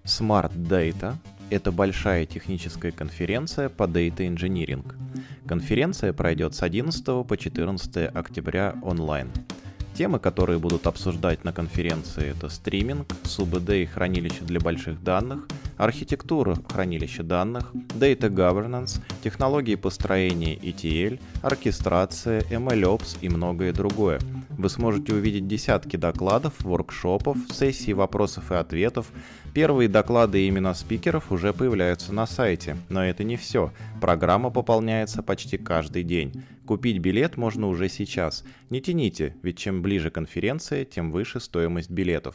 Smart Data– это большая техническая конференция по Data Engineering. Конференция пройдет с 11 по 14 октября онлайн. Темы, которые будут обсуждать на конференции, это стриминг, СУБД и хранилище для больших данных, архитектура хранилища данных, Data Governance, технологии построения ETL, оркестрация, MLOps и многое другое. Вы сможете увидеть десятки докладов, воркшопов, сессий вопросов и ответов. Первые доклады и имена спикеров уже появляются на сайте, но это не все. Программа пополняется почти каждый день. Купить билет можно уже сейчас. Не тяните, ведь чем ближе конференция, тем выше стоимость билетов.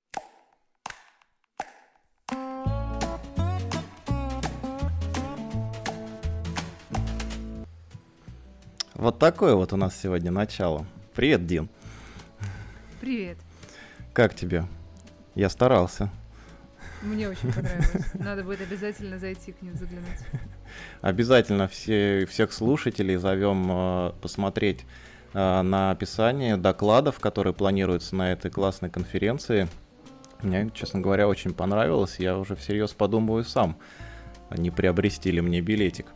Вот такое вот у нас сегодня начало. Привет, Дин. Привет. Как тебе? Я старался. Мне очень понравилось. Надо будет обязательно зайти к ним заглянуть. Обязательно всех слушателей зовем посмотреть на описание докладов, которые планируются на этой классной конференции. Мне, честно говоря, очень понравилось. Я уже всерьез подумываю сам, не приобрести ли мне билетик.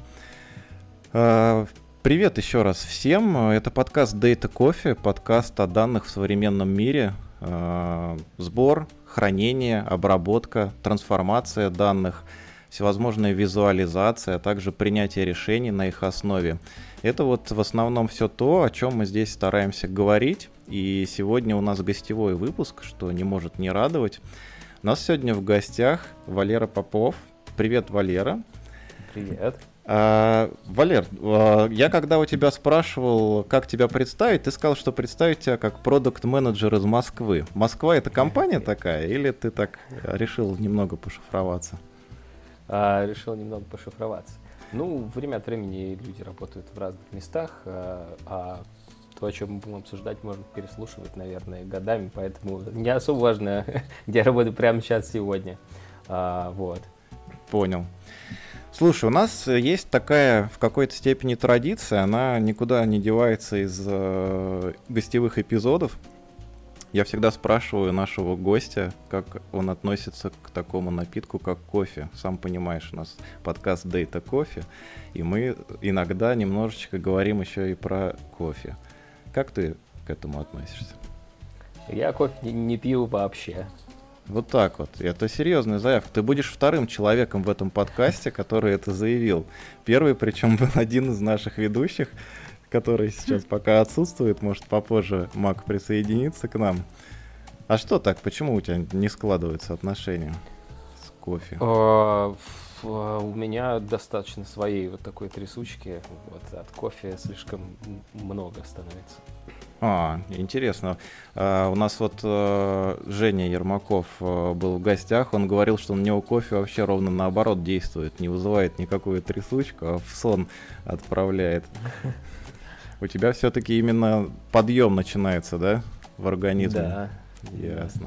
Привет еще раз всем. Это подкаст Data Coffee, подкаст о данных в современном мире. Сбор, хранение, обработка, трансформация данных, всевозможная визуализация, а также принятие решений на их основе. Это вот в основном все то, о чем мы здесь стараемся говорить. И сегодня у нас гостевой выпуск, что не может не радовать. У нас сегодня в гостях Валера Попов. Привет, Валера. Привет. Валер, я когда у тебя спрашивал, как тебя представить, ты сказал, что представить тебя как продакт-менеджер из Москвы. Москва — это компания такая, или ты так решил немного пошифроваться? Решил немного пошифроваться. Ну, время от времени люди работают в разных местах, а то, о чем мы будем обсуждать, можно переслушивать, наверное, годами, поэтому не особо важно, где я работаю прямо сейчас, сегодня. Вот. Понял. Слушай, у нас есть такая в какой-то степени традиция, она никуда не девается из гостевых эпизодов. Я всегда спрашиваю нашего гостя, как он относится к такому напитку, как кофе. Сам понимаешь, у нас подкаст Data Coffee, и мы иногда немножечко говорим еще и про кофе. Как ты к этому относишься? Я кофе не пью вообще. Вот так вот. Это серьезная заявка. Ты будешь вторым человеком в этом подкасте, который это заявил. Первый, причем, был один из наших ведущих, который сейчас пока отсутствует. Может, попозже Мак присоединится к нам. А что так? Почему у тебя не складываются отношения с кофе? У меня достаточно своей вот такой трясучки. Вот, от кофе слишком много становится. Интересно. У нас вот Женя Ермаков был в гостях, он говорил, что на него кофе вообще ровно наоборот действует, не вызывает никакую трясучку, а в сон отправляет. У тебя все-таки именно подъем начинается, да, в организме? Да. Ясно.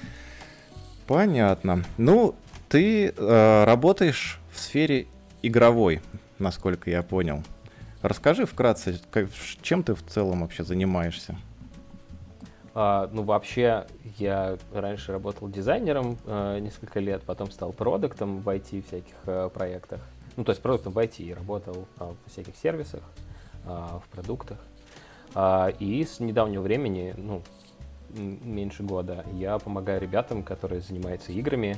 Понятно. Ну, ты работаешь в сфере игровой, насколько я понял. Расскажи вкратце, чем ты в целом вообще занимаешься? Ну, вообще, я раньше работал дизайнером несколько лет, потом стал продуктом в IT всяких проектах. Ну, то есть продуктом в IT, работал в всяких сервисах, в продуктах. И с недавнего времени, меньше года, я помогаю ребятам, которые занимаются играми.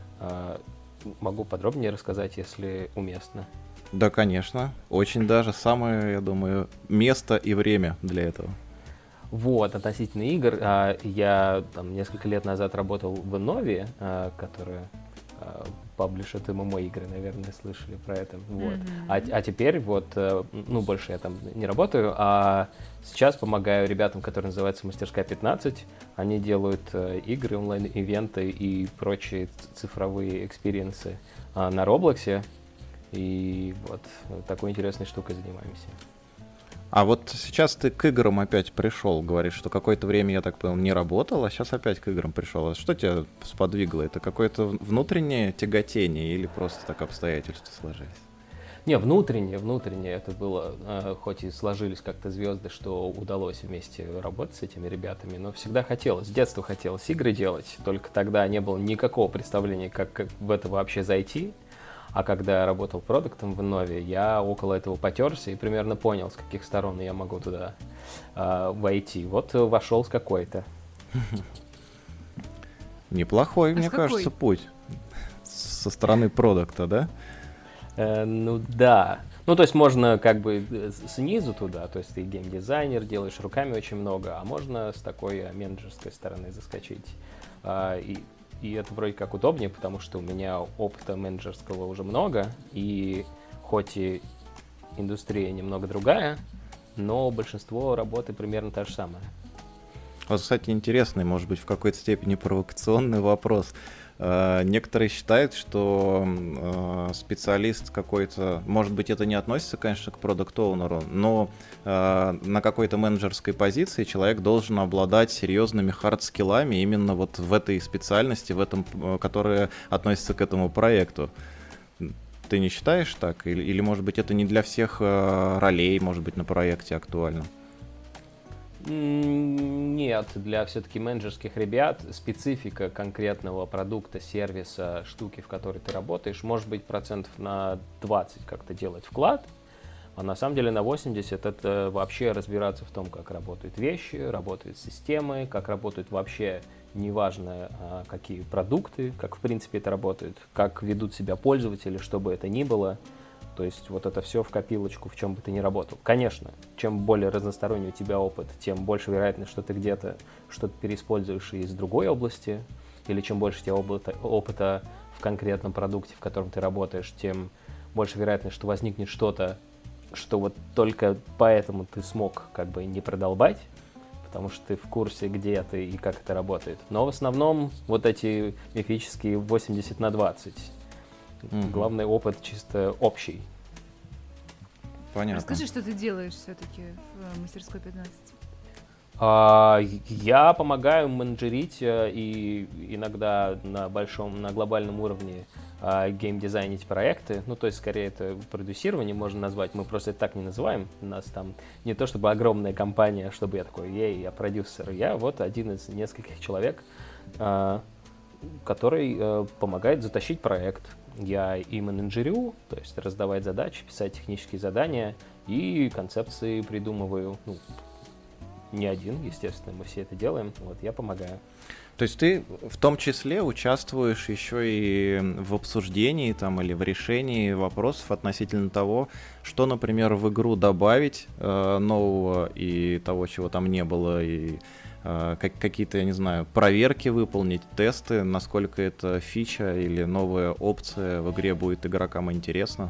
Могу подробнее рассказать, если уместно. Да, конечно. Очень даже самое, я думаю, место и время для этого. Вот, относительно игр, я несколько лет назад работал в Innovi, которая паблишит ММО-игры, наверное, слышали про это. Вот. А теперь больше я там не работаю, а сейчас помогаю ребятам, которые называются «Мастерская 15». Они делают игры, онлайн-ивенты и прочие цифровые экспириенсы на Роблоксе. И вот такой интересной штукой занимаемся. А вот сейчас ты к играм опять пришел, говоришь, что какое-то время, я так понял, не работал, а сейчас опять к играм пришел. А что тебя сподвигло? Это какое-то внутреннее тяготение или просто так обстоятельства сложились? Не, внутреннее это было, хоть и сложились как-то звезды, что удалось вместе работать с этими ребятами, но всегда хотелось, с детства хотелось игры делать, только тогда не было никакого представления, как в это вообще зайти, а когда я работал продуктом в Иннове, я около этого потерся и примерно понял, с каких сторон я могу туда войти. Вот вошел с какой-то. Неплохой, мне кажется, путь со стороны продукта, да? Ну да. Ну то есть можно как бы снизу туда, то есть ты геймдизайнер, делаешь руками очень много, а можно с такой менеджерской стороны заскочить. И это вроде как удобнее, потому что у меня опыта менеджерского уже много, и хоть и индустрия немного другая, но большинство работы примерно та же самая. Вот, кстати, интересный, может быть, в какой-то степени провокационный вопрос. Некоторые считают, что специалист какой-то, может быть, это не относится, конечно, к продакт-оунеру, но на какой-то менеджерской позиции человек должен обладать серьезными хард-скиллами именно вот в этой специальности, в этом, которая относится к этому проекту. Ты не считаешь так? Или может быть, это не для всех ролей, может быть, на проекте актуально? Нет, для все-таки менеджерских ребят специфика конкретного продукта, сервиса, штуки, в которой ты работаешь, может быть процентов на 20 как-то делать вклад, а на самом деле на 80 это вообще разбираться в том, как работают вещи, работают системы, как работают вообще, неважно какие продукты, как в принципе это работает, как ведут себя пользователи, что бы это ни было. То есть вот это все в копилочку, в чем бы ты ни работал. Конечно, чем более разносторонний у тебя опыт, тем больше вероятность, что ты где-то что-то переиспользуешь из другой области, или чем больше у тебя опыта в конкретном продукте, в котором ты работаешь, тем больше вероятность, что возникнет что-то, что вот только поэтому ты смог как бы не продолбать, потому что ты в курсе, где ты и как это работает. Но в основном вот эти мифические 80/20. Главный опыт чисто общий. Понятно. Расскажи, что ты делаешь все-таки в мастерской 15. Я помогаю менеджерить и иногда на глобальном уровне геймдизайнить проекты. Ну, то есть, скорее, это продюсирование можно назвать. Мы просто это так не называем. У нас там не то чтобы огромная компания, чтобы я такой, я продюсер. Я вот один из нескольких человек, который помогает затащить проект. Я и менеджерю, то есть раздавать задачи, писать технические задания и концепции придумываю. Ну, не один, естественно, мы все это делаем. Вот я помогаю. То есть ты в том числе участвуешь еще и в обсуждении там, или в решении вопросов относительно того, что, например, в игру добавить нового и того, чего там не было, и какие-то, я не знаю, проверки выполнить, тесты, насколько это фича или новая опция в игре будет игрокам интересна.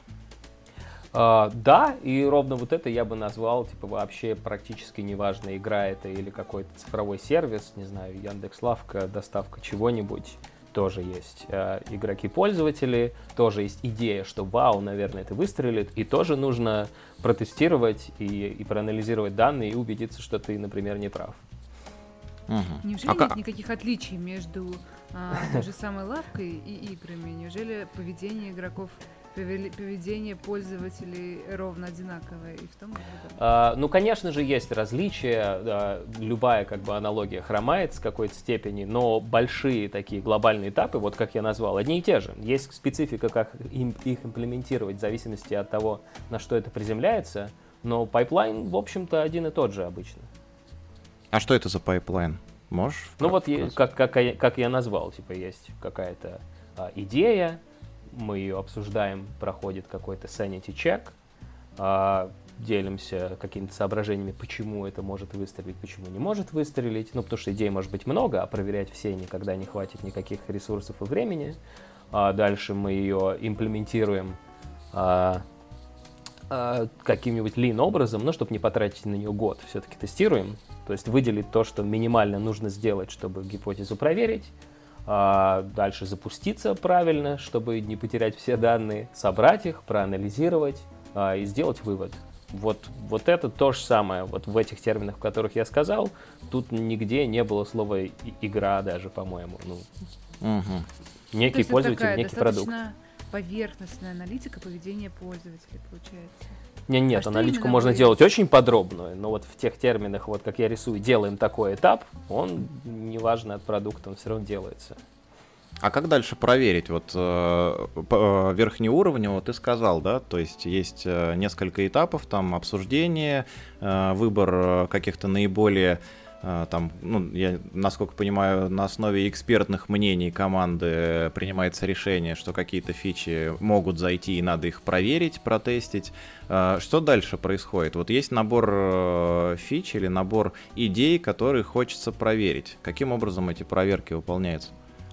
Да, и ровно вот это я бы назвал, типа, вообще практически неважно, игра это или какой-то цифровой сервис, не знаю, Яндекс.Лавка, доставка чего-нибудь, тоже есть игроки-пользователи, тоже есть идея, что вау, наверное, это выстрелит, и тоже нужно протестировать и проанализировать данные и убедиться, что ты, например, не прав. Неужели нет никаких отличий между той же самой лавкой и играми? Неужели поведение игроков, поведение пользователей ровно одинаковое и в том и в другом? Ну, конечно же, есть различия. Любая как бы аналогия хромает с какой-то степени, но большие такие глобальные этапы, вот как я назвал, одни и те же. Есть специфика, как их имплементировать в зависимости от того, на что это приземляется, но пайплайн, в общем-то, один и тот же обычно. А что это за пайплайн? Можешь? Ну вот, как я назвал, типа есть какая-то идея, мы ее обсуждаем, проходит какой-то sanity check, делимся какими-то соображениями, почему это может выстрелить, почему не может выстрелить. Ну, потому что идей может быть много, а проверять все никогда не хватит никаких ресурсов и времени. Дальше мы ее имплементируем каким-нибудь lean образом, чтобы не потратить на нее год, все-таки тестируем. То есть выделить то, что минимально нужно сделать, чтобы гипотезу проверить. Дальше запуститься правильно, чтобы не потерять все данные, собрать их, проанализировать и сделать вывод. Вот это то же самое. Вот в этих терминах, в которых я сказал, тут нигде не было слова «игра» даже, по-моему. Некий пользователь, некий продукт. поверхностная аналитика поведения пользователей, получается. Нет, аналитику можно делать очень подробную, но вот в тех терминах, вот как я рисую, делаем такой этап, он, неважно от продукта, он все равно делается. А как дальше проверить? Вот верхнеуровнево ты сказал, да? То есть есть несколько этапов, там обсуждение, выбор каких-то наиболее, там, ну, я, насколько понимаю, на основе экспертных мнений команды принимается решение, что какие-то фичи могут зайти и надо их проверить, протестить. Что дальше происходит? Вот есть набор фич или набор идей, которые хочется проверить. Каким образом эти проверки выполняются?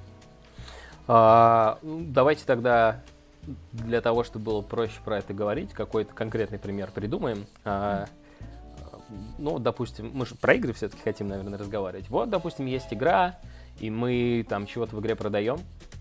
Давайте тогда, для того, чтобы было проще про это говорить, какой-то конкретный пример придумаем. Ну, допустим, мы же про игры все-таки хотим, наверное, разговаривать. Вот, допустим, есть игра, и мы там чего-то в игре продаем.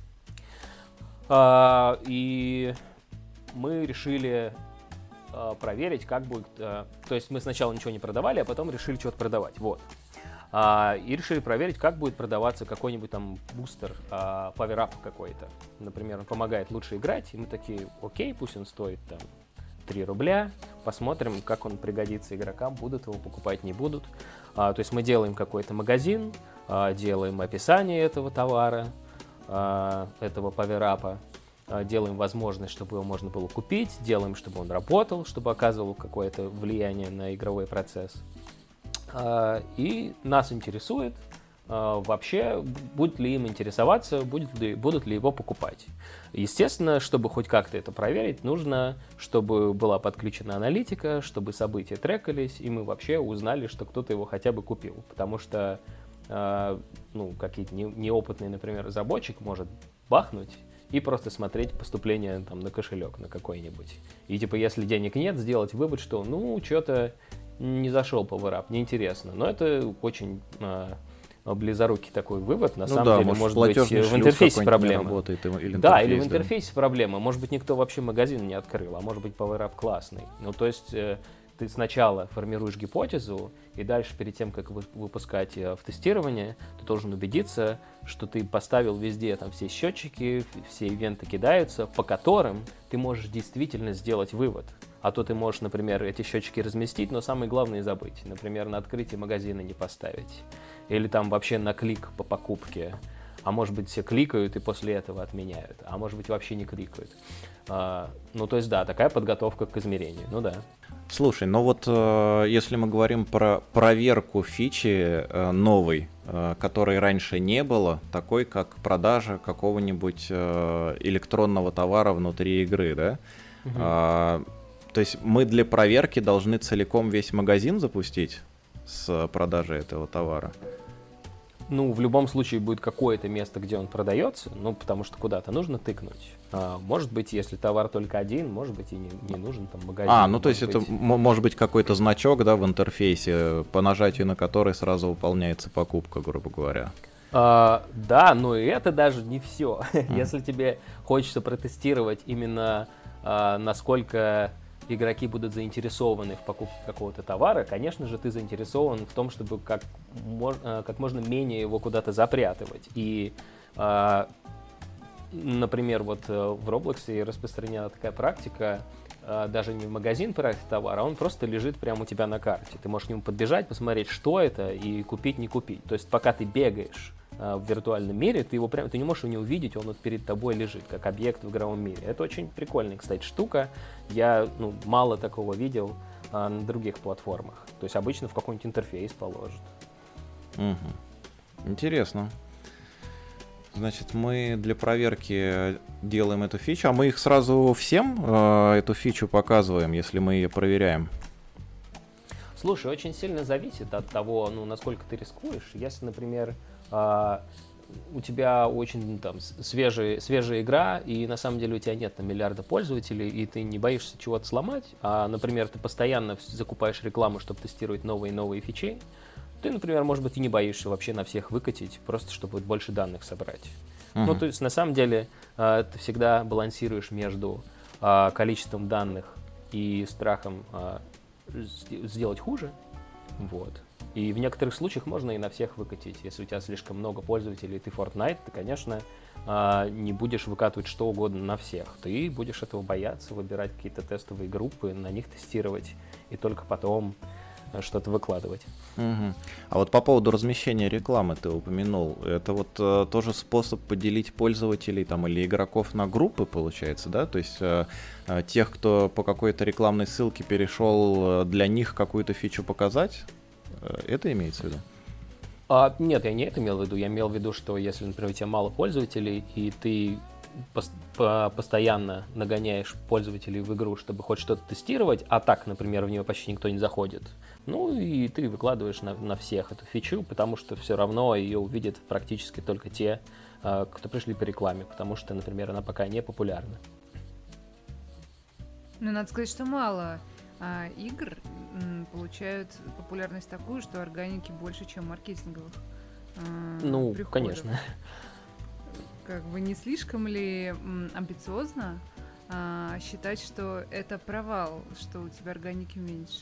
И мы решили проверить, как будет... То есть мы сначала ничего не продавали, а потом решили что-то продавать. Вот. И решили проверить, как будет продаваться какой-нибудь там бустер, паверап какой-то. Например, он помогает лучше играть, и мы такие, окей, пусть он стоит там 3 рубля, посмотрим, как он пригодится игрокам, будут его покупать, не будут. То есть мы делаем какой-то магазин, делаем описание этого товара, этого паверапа, делаем возможность, чтобы его можно было купить, делаем, чтобы он работал, чтобы оказывал какое-то влияние на игровой процесс. И нас интересует вообще, будет ли им интересоваться, будут ли его покупать. Естественно, чтобы хоть как-то это проверить, нужно, чтобы была подключена аналитика, чтобы события трекались, и мы вообще узнали, что кто-то его хотя бы купил. Потому что какие-то неопытный, например, разработчик может бахнуть и просто смотреть поступление там, на кошелек на какой-нибудь. И типа, если денег нет, сделать вывод, что что-то не зашел паверап, неинтересно. Но это очень близорукий такой вывод. На самом деле, может быть, в интерфейсе проблема. Работает, или да, или в интерфейсе проблема. Может быть, никто вообще магазин не открыл, а может быть, паверап классный. Ну, то есть, ты сначала формируешь гипотезу, и дальше, перед тем, как выпускать в тестирование, ты должен убедиться, что ты поставил везде там все счетчики, все ивенты кидаются, по которым ты можешь действительно сделать вывод. А то ты можешь, например, эти счетчики разместить, но самое главное забыть. Например, на открытие магазина не поставить. Или там вообще на клик по покупке. А может быть, все кликают и после этого отменяют. А может быть, вообще не кликают. Ну, то есть, да, такая подготовка к измерению. Ну, да. Слушай, ну вот если мы говорим про проверку фичи новой, которой раньше не было, такой как продажа какого-нибудь электронного товара внутри игры, да? То есть мы для проверки должны целиком весь магазин запустить с продажей этого товара? Ну, в любом случае будет какое-то место, где он продается, ну, потому что куда-то нужно тыкнуть. Может быть, если товар только один, может быть, и не нужен там магазин. Ну, то есть это может быть какой-то значок, да, в интерфейсе, по нажатию на который сразу выполняется покупка, грубо говоря. Да, но и это даже не все. Если тебе хочется протестировать именно насколько игроки будут заинтересованы в покупке какого-то товара, конечно же, ты заинтересован в том, чтобы как можно менее его куда-то запрятывать. И, например, вот в Roblox распространена такая практика, даже не в магазин проект товара, а он просто лежит прямо у тебя на карте. Ты можешь к нему подбежать, посмотреть, что это, и купить, не купить. То есть пока ты бегаешь в виртуальном мире, ты не можешь его не увидеть, он вот перед тобой лежит, как объект в игровом мире. Это очень прикольная, кстати, штука. Я мало такого видел на других платформах. То есть обычно в какой-нибудь интерфейс положат. Интересно. Значит, мы для проверки делаем эту фичу, а мы их сразу всем эту фичу показываем, если мы ее проверяем? Слушай, очень сильно зависит от того, насколько ты рискуешь. Если, например, у тебя очень там свежая игра, и на самом деле у тебя нет миллиарда пользователей, и ты не боишься чего-то сломать, а, например, ты постоянно закупаешь рекламу, чтобы тестировать новые и новые фичи, ты, например, может быть, и не боишься вообще на всех выкатить, просто чтобы больше данных собрать. Ну, то есть, на самом деле, ты всегда балансируешь между количеством данных и страхом сделать хуже. Вот. И в некоторых случаях можно и на всех выкатить. Если у тебя слишком много пользователей, и ты Fortnite, ты, конечно, не будешь выкатывать что угодно на всех. Ты будешь этого бояться, выбирать какие-то тестовые группы, на них тестировать, и только потом что-то выкладывать. Угу. А вот по поводу размещения рекламы ты упомянул. Это вот тоже способ поделить пользователей там, или игроков на группы, получается, да? То есть тех, кто по какой-то рекламной ссылке перешел, для них какую-то фичу показать? Это имеется в виду? Нет, я не это имел в виду. Я имел в виду, что если, например, у тебя мало пользователей, и ты постоянно нагоняешь пользователей в игру, чтобы хоть что-то тестировать, а так, например, в нее почти никто не заходит, ну и ты выкладываешь на всех эту фичу, потому что все равно ее увидят практически только те, кто пришли по рекламе, потому что, например, она пока не популярна. Ну, надо сказать, что мало игр получают популярность такую, что органики больше, чем маркетинговых Ну, приходов. Конечно. Как бы не слишком ли амбициозно считать, что это провал, что у тебя органики меньше?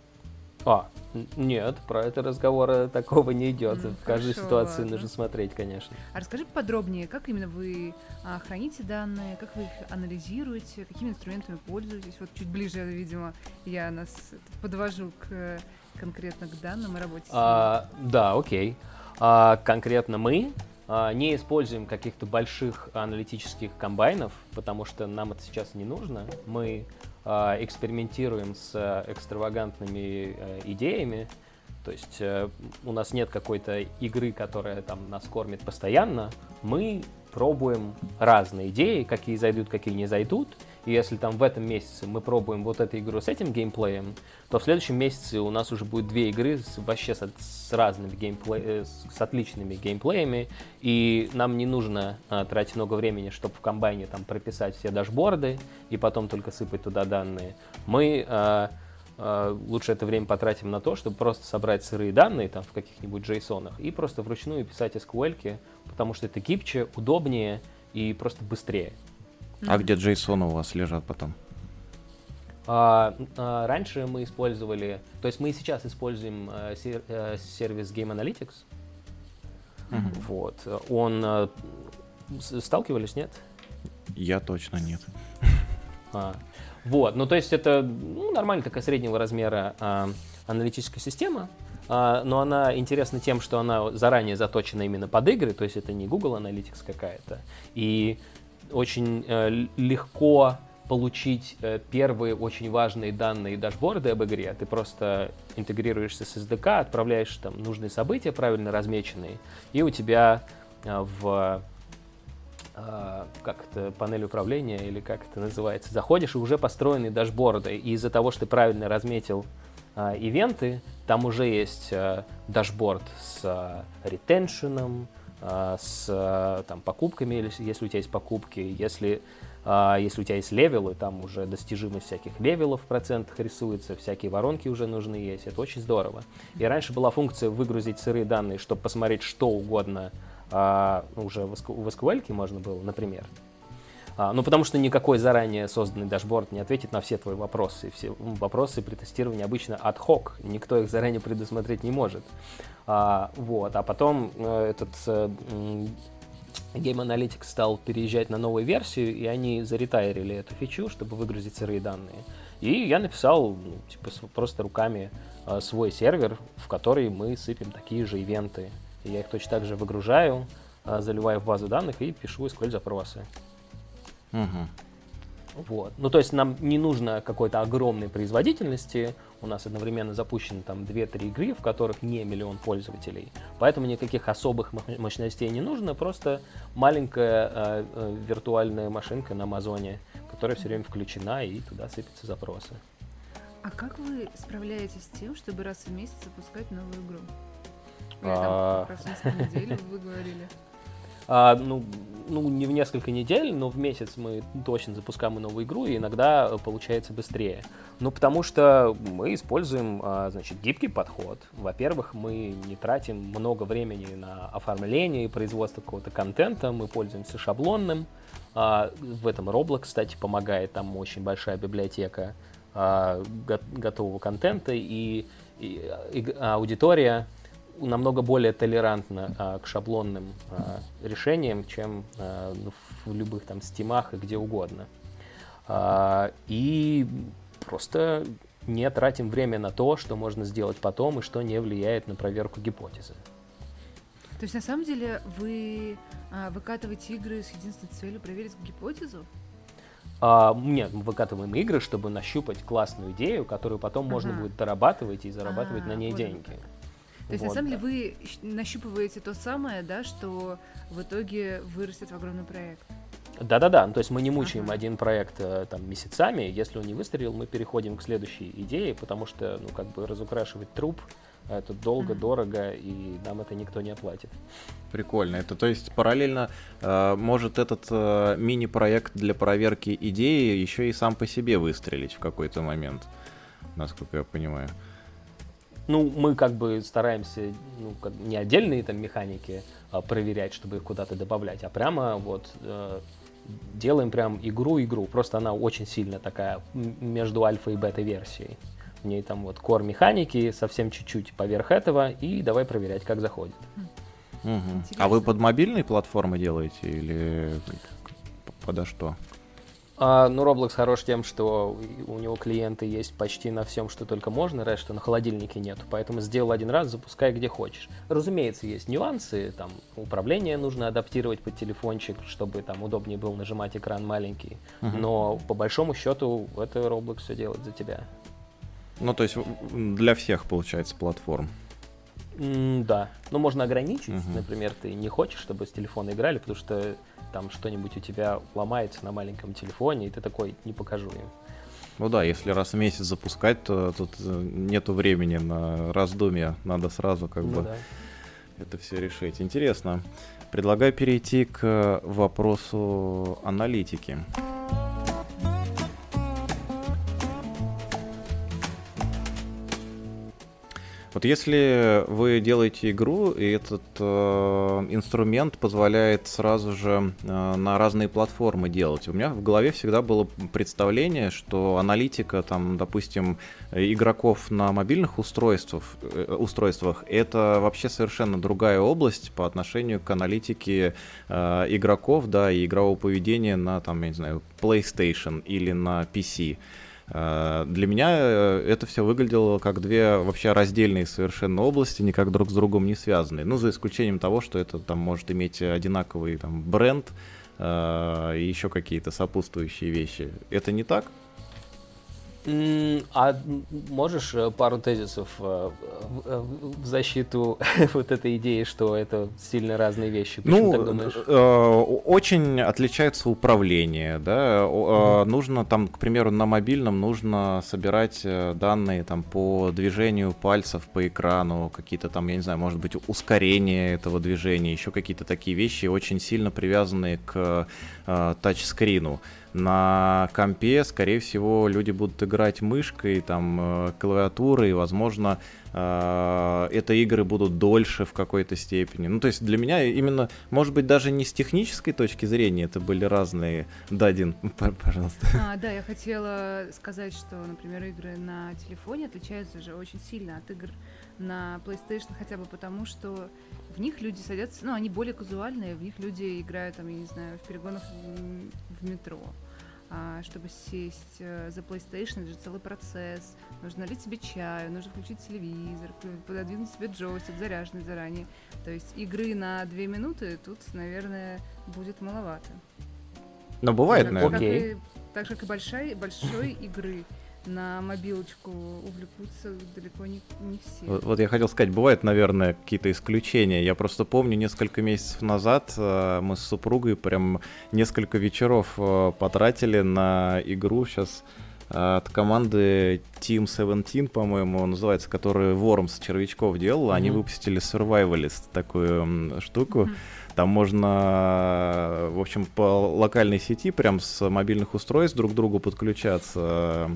Нет, про это разговора такого не идет. В каждой ситуации ладно. нужно смотреть, конечно. А расскажи подробнее, как именно вы храните данные, как вы их анализируете, какими инструментами пользуетесь? Вот чуть ближе, видимо, я нас подвожу конкретно к данным и работе. Да, окей. Конкретно мы не используем каких-то больших аналитических комбайнов, потому что нам это сейчас не нужно. Мы экспериментируем с экстравагантными идеями, то есть у нас нет какой-то игры, которая там нас кормит постоянно. Мы пробуем разные идеи, какие зайдут, какие не зайдут. И если там в этом месяце мы пробуем вот эту игру с этим геймплеем, то в следующем месяце у нас уже будет 2 игры вообще с разными с отличными геймплеями, и нам не нужно тратить много времени, чтобы в комбайне там прописать все дашборды и потом только сыпать туда данные. Мы лучше это время потратим на то, чтобы просто собрать сырые данные там в каких-нибудь JSON-ах и просто вручную писать SQL-ки, потому что это гибче, удобнее и просто быстрее. А где JSON у вас лежат потом? Раньше мы использовали, то есть мы сейчас используем сервис Game Analytics. Вот. Он сталкивались, нет? Я точно нет. Вот, ну то есть это нормальная такая среднего размера аналитическая система, но она интересна тем, что она заранее заточена именно под игры, то есть это не Google Analytics какая-то, и очень легко получить первые очень важные данные и дашборды об игре. Ты просто интегрируешься с SDK, отправляешь там нужные события, правильно размеченные, и у тебя в панель управления, или как это называется, заходишь, и уже построены дашборды. И из-за того, что ты правильно разметил ивенты, там уже есть дашборд с ретеншеном, с там, покупками, если у тебя есть покупки, если у тебя есть левелы, там уже достижимость всяких левелов в процентах рисуется, всякие воронки уже нужны есть, это очень здорово. И раньше была функция выгрузить сырые данные, чтобы посмотреть что угодно, уже в SQL можно было, например. Ну, потому что никакой заранее созданный дашборд не ответит на все твои вопросы. Все вопросы при тестировании обычно ad hoc, никто их заранее предусмотреть не может. Вот. А потом этот Game Analytics стал переезжать на новую версию, и они заретайрили эту фичу, чтобы выгрузить сырые данные. И я написал просто руками свой сервер, в который мы сыпем такие же ивенты. И я их точно так же выгружаю, заливаю в базу данных и пишу SQL-запросы. Вот. Ну, то есть нам не нужно какой-то огромной производительности. У нас одновременно запущено там 2-3 игры, в которых не миллион пользователей. Поэтому никаких особых мощностей не нужно. Просто маленькая виртуальная машинка на Амазоне, которая все время включена, и туда сыпятся запросы. А как вы справляетесь с тем, чтобы раз в месяц запускать новую игру? Или там как раз несколько недель вы говорили? Не в несколько недель, но в месяц мы точно запускаем новую игру, и иногда получается быстрее. Ну, потому что мы используем, гибкий подход. Во-первых, мы не тратим много времени на оформление и производство какого-то контента, мы пользуемся шаблонным. В этом Roblox, кстати, помогает, там очень большая библиотека готового контента, и аудитория намного более толерантна к шаблонным решениям, чем в любых там стимах и где угодно. И просто не тратим время на то, что можно сделать потом и что не влияет на проверку гипотезы. То есть на самом деле вы выкатываете игры с единственной целью проверить гипотезу? Нет, мы выкатываем игры, чтобы нащупать классную идею, которую потом можно будет дорабатывать и зарабатывать на ней деньги. То есть, на самом деле, вы нащупываете то самое, да, что в итоге вырастет в огромный проект. Да-да-да, то есть мы не мучаем один проект там месяцами, если он не выстрелил, мы переходим к следующей идее, потому что, разукрашивать труп это долго, дорого, и нам это никто не оплатит. Прикольно. Это, то есть, параллельно может этот мини-проект для проверки идеи еще и сам по себе выстрелить в какой-то момент, насколько я понимаю. Мы стараемся не отдельные там механики проверять, чтобы их куда-то добавлять, а прямо делаем прям игру. Просто она очень сильно такая между альфа и бета-версией. В ней там core механики, совсем чуть-чуть поверх этого, и давай проверять, как заходит. А вы под мобильной платформой делаете или подо что? Roblox хорош тем, что у него клиенты есть почти на всем, что только можно, раз что на холодильнике нету, поэтому сделал один раз, запускай где хочешь. Разумеется, есть нюансы, там управление нужно адаптировать под телефончик, чтобы там удобнее было нажимать, экран маленький, но по большому счету это Roblox все делает за тебя. То есть для всех, получается, платформ. Да, можно ограничить, например, ты не хочешь, чтобы с телефона играли, потому что там что-нибудь у тебя ломается на маленьком телефоне, и ты такой, не покажу им. Если раз в месяц запускать, то тут нету времени на раздумья, надо сразу это все решить. Интересно. Предлагаю перейти к вопросу аналитики. Если вы делаете игру, и этот инструмент позволяет сразу же на разные платформы делать. У меня в голове всегда было представление, что аналитика, допустим, игроков на мобильных устройствах, это вообще совершенно другая область по отношению к аналитике игроков, и игрового поведения на, PlayStation или на PC. Для меня это все выглядело как две вообще раздельные совершенно области, никак друг с другом не связанные. За исключением того, что это может иметь одинаковый бренд и еще какие-то сопутствующие вещи. Это не так? А можешь пару тезисов в защиту этой идеи, что это сильно разные вещи? Почему так думаешь? Очень отличается управление, нужно к примеру, на мобильном нужно собирать данные по движению пальцев по экрану, какие-то я не знаю, может быть, ускорение этого движения, еще какие-то такие вещи, очень сильно привязанные к тачскрину. На компе, скорее всего, люди будут играть мышкой, клавиатурой, возможно, это игры будут дольше в какой-то степени. То есть для меня именно, может быть, даже не с технической точки зрения это были разные... Да, Дин, пожалуйста. Да, я хотела сказать, что, например, игры на телефоне отличаются же очень сильно от игр на PlayStation, хотя бы потому, что в них люди садятся, они более казуальные, в них люди играют, я не знаю, в перегонах в метро. Чтобы сесть за PlayStation, это же целый процесс. Нужно налить себе чаю, нужно включить телевизор, пододвинуть себе джойстик, заряженный заранее. То есть игры на 2 минуты тут, наверное, будет маловато. Но бывает, наверное. Так же, как и большой игры на мобилочку увлекутся далеко не все. Я хотел сказать, бывают, наверное, какие-то исключения. Я просто помню, несколько месяцев назад мы с супругой прям несколько вечеров потратили на игру сейчас от команды Team 17, по-моему, называется, которая Worms червячков делала. Они выпустили Survivalist, такую штуку. Там можно, в общем, по локальной сети прям с мобильных устройств друг к другу подключаться.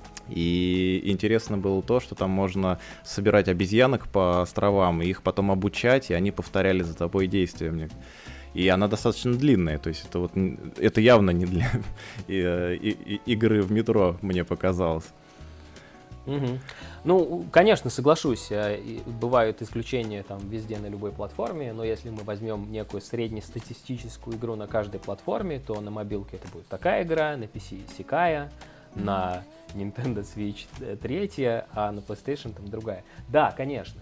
И интересно было то, что там можно собирать обезьянок по островам, и их потом обучать, и они повторяли за тобой действия. И она достаточно длинная, то есть это явно не для игры в метро, мне показалось. Угу. Ну, конечно, соглашусь, бывают исключения там везде на любой платформе, но если мы возьмем некую среднестатистическую игру на каждой платформе, то на мобилке это будет такая игра, на PC сякая, на Nintendo Switch третья, а на PlayStation там другая. Да, конечно.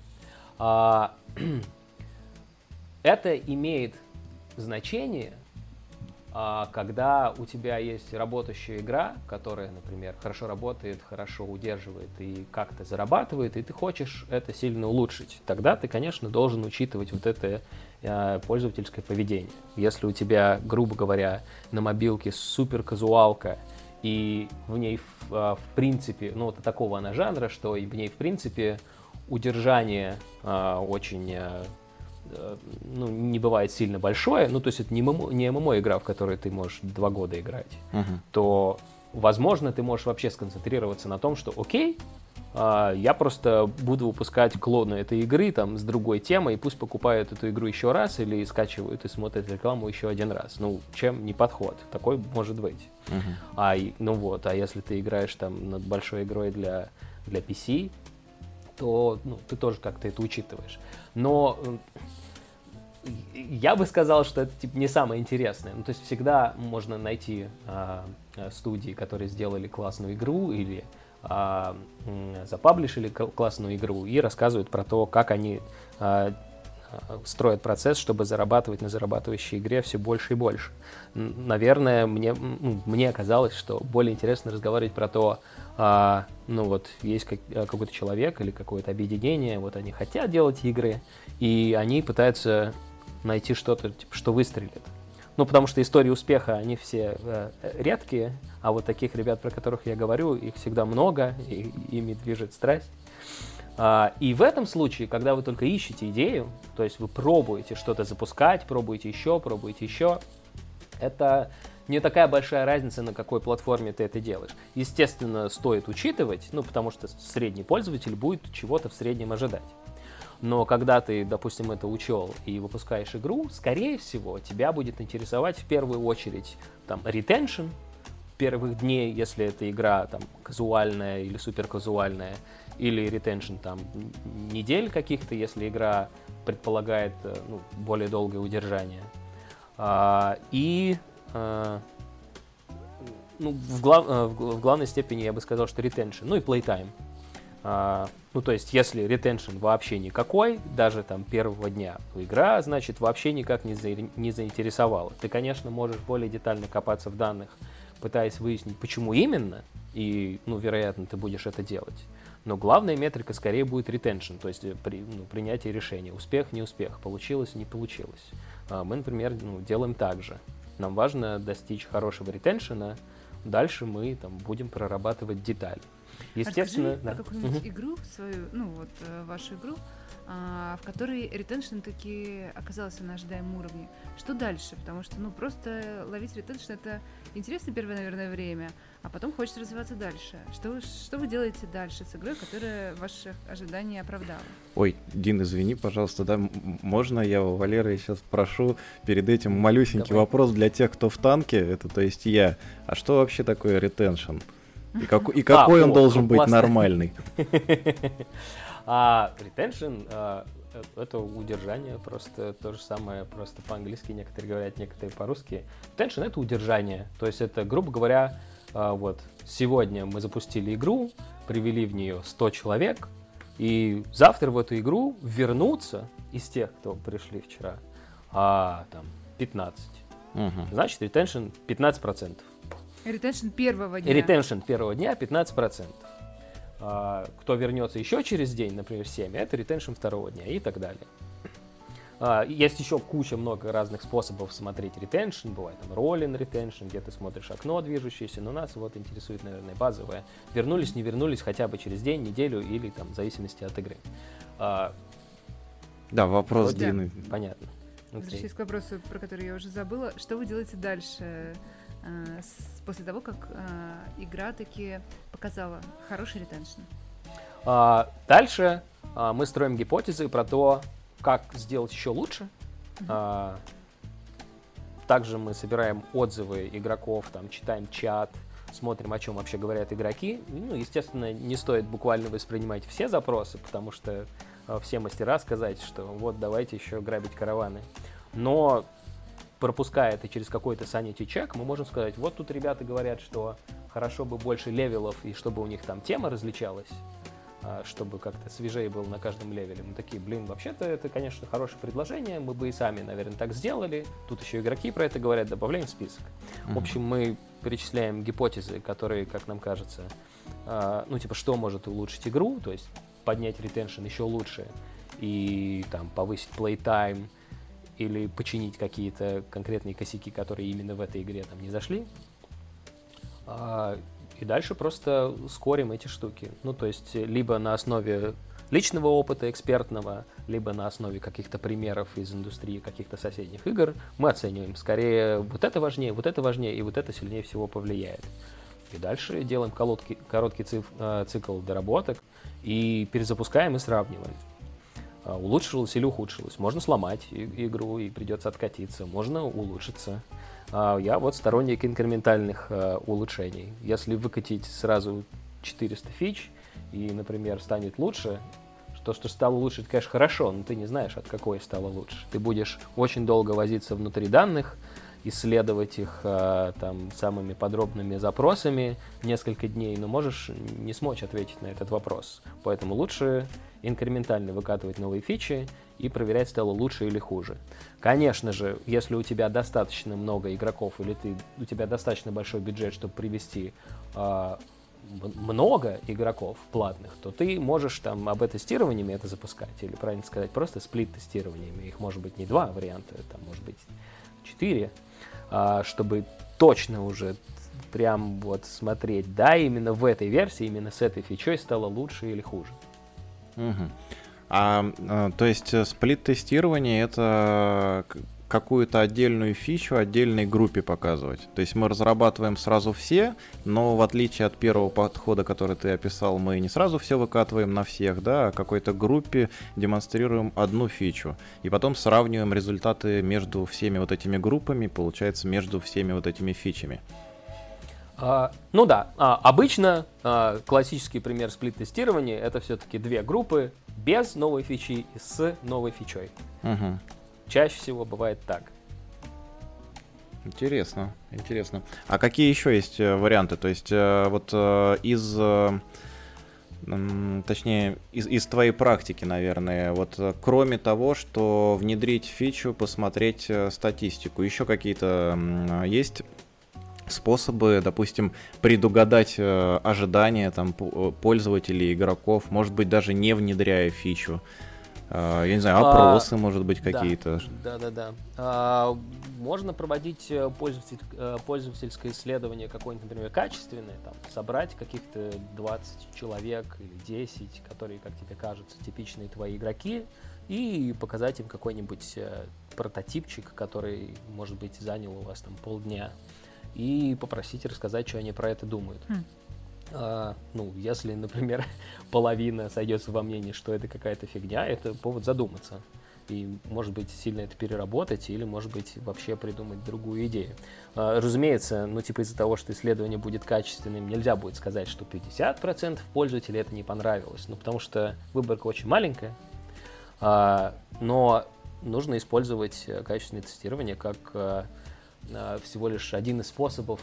Это имеет значение, когда у тебя есть работающая игра, которая, например, хорошо работает, хорошо удерживает и как-то зарабатывает, и ты хочешь это сильно улучшить, тогда ты, конечно, должен учитывать вот это пользовательское поведение. Если у тебя, грубо говоря, на мобилке супер-казуалка, и в ней, в принципе, ну, вот такого она жанра, что в ней, в принципе, удержание очень... ну, не бывает сильно большое, ну, то есть это не ММО-игра, в которой ты можешь 2 года играть, то, возможно, ты можешь вообще сконцентрироваться на том, что, окей, я просто буду выпускать клоны этой игры там с другой темой, и пусть покупают эту игру еще раз или скачивают и смотрят рекламу еще один раз. Ну, чем не подход? Такой может быть. А если ты играешь там над большой игрой для PC, то ты тоже как-то это учитываешь. Но я бы сказал, что это типа не самое интересное. Ну, то есть всегда можно найти студии, которые сделали классную игру или запаблишили классную игру и рассказывают про то, как они строят процесс, чтобы зарабатывать на зарабатывающей игре все больше и больше. Наверное, мне казалось, что более интересно разговаривать про то, есть какой-то человек или какое-то объединение, вот они хотят делать игры, и они пытаются найти что-то, типа, что выстрелит. Ну, потому что истории успеха, они все редкие, а вот таких ребят, про которых я говорю, их всегда много, и ими движет страсть. И в этом случае, когда вы только ищете идею, то есть вы пробуете что-то запускать, пробуете еще, это не такая большая разница, на какой платформе ты это делаешь. Естественно, стоит учитывать, потому что средний пользователь будет чего-то в среднем ожидать. Но когда ты, допустим, это учел и выпускаешь игру, скорее всего, тебя будет интересовать в первую очередь там retention первых дней, если эта игра там казуальная или суперказуальная, или retention там недель каких-то, если игра предполагает более долгое удержание. В главной степени я бы сказал, что retention, и playtime. То есть, если retention вообще никакой, даже там первого дня игра, значит, вообще никак не заинтересовала. Ты, конечно, можешь более детально копаться в данных, пытаясь выяснить, почему именно, и, вероятно, ты будешь это делать. Но главная метрика скорее будет retention, то есть принятие решения. Успех, не успех, получилось, не получилось. Мы, например, делаем так же. Нам важно достичь хорошего ретеншена, дальше мы там будем прорабатывать детали. Естественно, расскажи про какую-нибудь игру свою, вашу игру, в которой ретеншн таки оказался на ожидаемом уровне. Что дальше? Потому что, просто ловить ретеншн — это интересно первое, наверное, время, а потом хочется развиваться дальше. Что вы делаете дальше с игрой, которая ваши ожидания оправдала? Ой, Дин, извини, пожалуйста, да, можно я у Валеры сейчас прошу перед этим малюсенький вопрос для тех, кто в танке, это то есть я. А что вообще такое ретеншн? И какой он должен быть нормальный? Retention это удержание, просто то же самое, просто по-английски некоторые говорят, некоторые по-русски. Retention — это удержание, то есть это, грубо говоря, сегодня мы запустили игру, привели в нее 100 человек, и завтра в эту игру вернутся из тех, кто пришли вчера, 15. Значит, retention 15%. Ретеншн первого дня. Ретеншн первого дня 15%. Кто вернется еще через день, например, 7, это ретеншн второго дня и так далее. Есть еще много разных способов смотреть ретеншн. Бывает там роллинг ретеншн, где ты смотришь окно движущееся, но нас интересует, наверное, базовое. Вернулись, не вернулись хотя бы через день, неделю или там в зависимости от игры. Да, вопрос длинный. Понятно. Возвращаясь к вопросу, про который я уже забыла. Что вы делаете дальше? После того, как игра таки показала хороший ретеншн? Дальше мы строим гипотезы про то, как сделать еще лучше. Также мы собираем отзывы игроков, читаем чат, смотрим, о чем вообще говорят игроки. Ну, естественно, не стоит буквально воспринимать все запросы, потому что все мастера сказать, что вот давайте еще грабить караваны. Но пропуская это через какой-то sanity check, мы можем сказать, вот тут ребята говорят, что хорошо бы больше левелов и чтобы у них там тема различалась, чтобы как-то свежее было на каждом левеле. Мы такие, вообще-то это, конечно, хорошее предложение, мы бы и сами, наверное, так сделали. Тут еще игроки про это говорят, добавляем в список. В общем, мы перечисляем гипотезы, которые, как нам кажется, что может улучшить игру, то есть поднять ретеншн еще лучше и там повысить плейтайм или починить какие-то конкретные косяки, которые именно в этой игре там не зашли. И дальше просто скорим эти штуки. Ну, то есть, либо на основе личного опыта экспертного, либо на основе каких-то примеров из индустрии каких-то соседних игр мы оцениваем. Скорее, вот это важнее, и вот это сильнее всего повлияет. И дальше делаем короткий цикл доработок и перезапускаем и сравниваем. Улучшилось или ухудшилось. Можно сломать игру и придется откатиться, можно улучшиться. Я вот сторонник инкрементальных улучшений. Если выкатить сразу 400 фич и, например, станет лучше, то, что стало лучше, это, конечно, хорошо, но ты не знаешь, от какой стало лучше. Ты будешь очень долго возиться внутри данных, исследовать их там самыми подробными запросами несколько дней, но можешь не смочь ответить на этот вопрос. Поэтому лучше инкрементально выкатывать новые фичи и проверять, стало лучше или хуже. Конечно же, если у тебя достаточно много игроков или у тебя достаточно большой бюджет, чтобы привести много игроков платных, то ты можешь там АБ-тестированиями это запускать, или, правильно сказать, просто сплит-тестированиями. Их может быть не 2 варианта, там может быть 4, чтобы точно уже прям вот смотреть, да, именно в этой версии, именно с этой фичой стало лучше или хуже. То есть сплит-тестирование — это какую-то отдельную фичу отдельной группе показывать. То есть мы разрабатываем сразу все, но в отличие от первого подхода, который ты описал, мы не сразу все выкатываем на всех, да, а какой-то группе демонстрируем одну фичу. И потом сравниваем результаты между всеми вот этими группами, получается, между всеми вот этими фичами. Обычно классический пример сплит-тестирования — это все-таки 2 группы без новой фичи и с новой фичой. Угу. Чаще всего бывает так. Интересно. А какие еще есть варианты? То есть из твоей практики, наверное, вот кроме того, что внедрить фичу, посмотреть статистику, еще какие-то есть способы, допустим, предугадать ожидания там пользователей, игроков, может быть, даже не внедряя фичу? Я не знаю, опросы, может быть, какие-то. Да. Можно проводить пользовательское исследование какое-нибудь, например, качественное, там, собрать каких-то 20 человек или 10, которые, как тебе кажется, типичные твои игроки, и показать им какой-нибудь прототипчик, который, может быть, занял у вас там полдня, и попросить рассказать, что они про это думают. Если, например, половина сойдется во мнении, что это какая-то фигня, это повод задуматься. И, может быть, сильно это переработать, или, может быть, вообще придумать другую идею. Разумеется, из-за того, что исследование будет качественным, нельзя будет сказать, что 50% пользователей это не понравилось. Потому что выборка очень маленькая, но нужно использовать качественное тестирование как всего лишь один из способов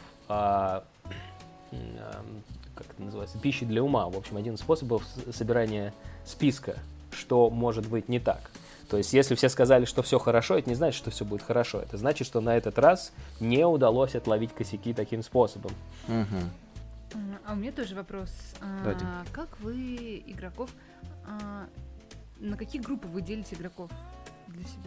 пищи для ума. В общем, один из способов собирания списка, что может быть не так. То есть, если все сказали, что все хорошо, это не значит, что все будет хорошо. Это значит, что на этот раз не удалось отловить косяки таким способом. Угу. А у меня тоже вопрос. Как вы игроков... на какие группы вы делите игроков для себя?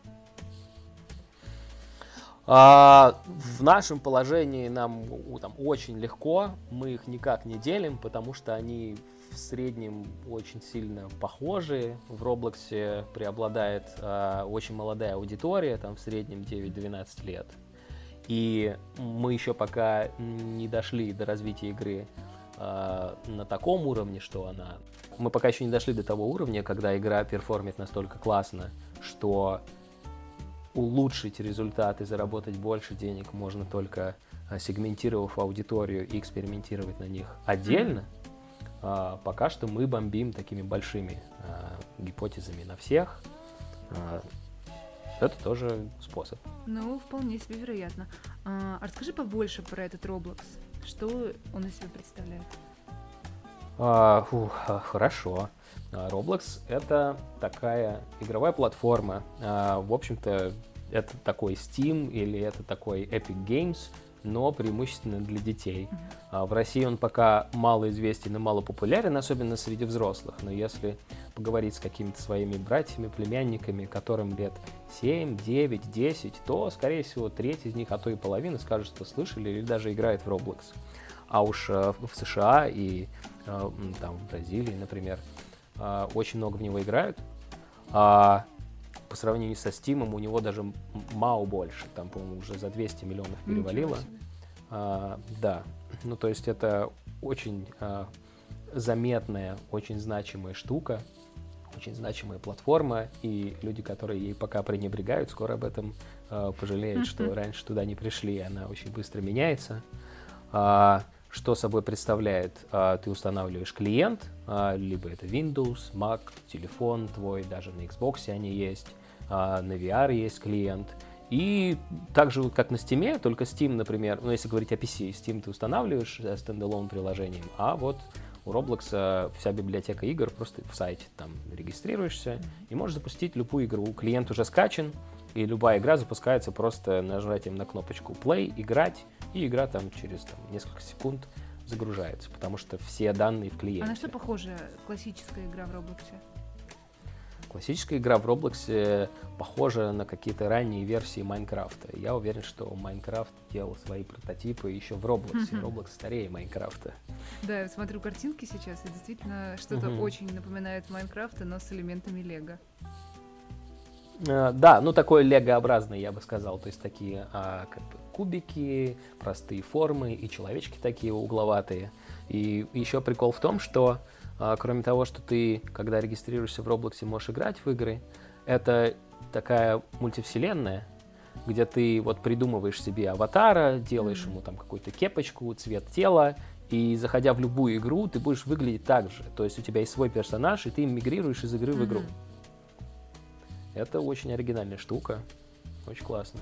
В нашем положении нам очень легко, мы их никак не делим, потому что они в среднем очень сильно похожи. В Роблоксе преобладает очень молодая аудитория, там в среднем 9-12 лет. И мы еще пока не дошли до развития игры на таком уровне, что мы пока еще не дошли до того уровня, когда игра перформит настолько классно, что улучшить результат и заработать больше денег можно только сегментировав аудиторию и экспериментировать на них отдельно. Пока что мы бомбим такими большими гипотезами на всех. Это тоже способ. Ну, вполне себе вероятно. А расскажи побольше про этот Roblox. Что он из себя представляет? Хорошо. Roblox — это такая игровая платформа. В общем-то, это такой Steam или это такой Epic Games, но преимущественно для детей. В России он пока мало известен и мало популярен, особенно среди взрослых. Но если поговорить с какими-то своими братьями, племянниками, которым лет 7, 9, 10, то, скорее всего, треть из них, а то и половина, скажут, что слышали или даже играет в Roblox. А уж в США и там, в Бразилии, например, очень много в него играют. По сравнению со Steam у него даже МАУ больше. Там, по-моему, уже за 200 миллионов перевалило. Да. Ну, то есть это очень заметная, очень значимая штука, очень значимая платформа, и люди, которые ей пока пренебрегают, скоро об этом пожалеют, что раньше туда не пришли. Она очень быстро меняется. Что собой представляет? Ты устанавливаешь клиент, либо это Windows, Mac, телефон твой, даже на Xbox они есть, на VR есть клиент. И так же, как на Steam, только Steam, например, ну, если говорить о PC, Steam ты устанавливаешь стендалон приложением, а вот у Roblox вся библиотека игр просто в сайте, там регистрируешься и можешь запустить любую игру. Клиент уже скачан, и любая игра запускается просто нажатием на кнопочку play, играть, и игра там через несколько секунд загружается, потому что все данные в клиенте. А на что похожа классическая игра в Roblox? Классическая игра в Roblox похожа на какие-то ранние версии Майнкрафта. Я уверен, что Майнкрафт делал свои прототипы еще в Roblox. Roblox старее Майнкрафта. Да, я смотрю картинки сейчас, и действительно что-то очень напоминает Майнкрафта, но с элементами Лего. Да, ну такое лего-образное, я бы сказал. То есть такие как бы кубики, простые формы и человечки такие угловатые. И еще прикол в том, что кроме того, что ты, когда регистрируешься в Roblox, можешь играть в игры, это такая мультивселенная, где ты вот придумываешь себе аватара, делаешь ему там какую-то кепочку, цвет тела, и заходя в любую игру, ты будешь выглядеть так же. То есть у тебя есть свой персонаж, и ты мигрируешь из игры в игру. Это очень оригинальная штука, очень классно.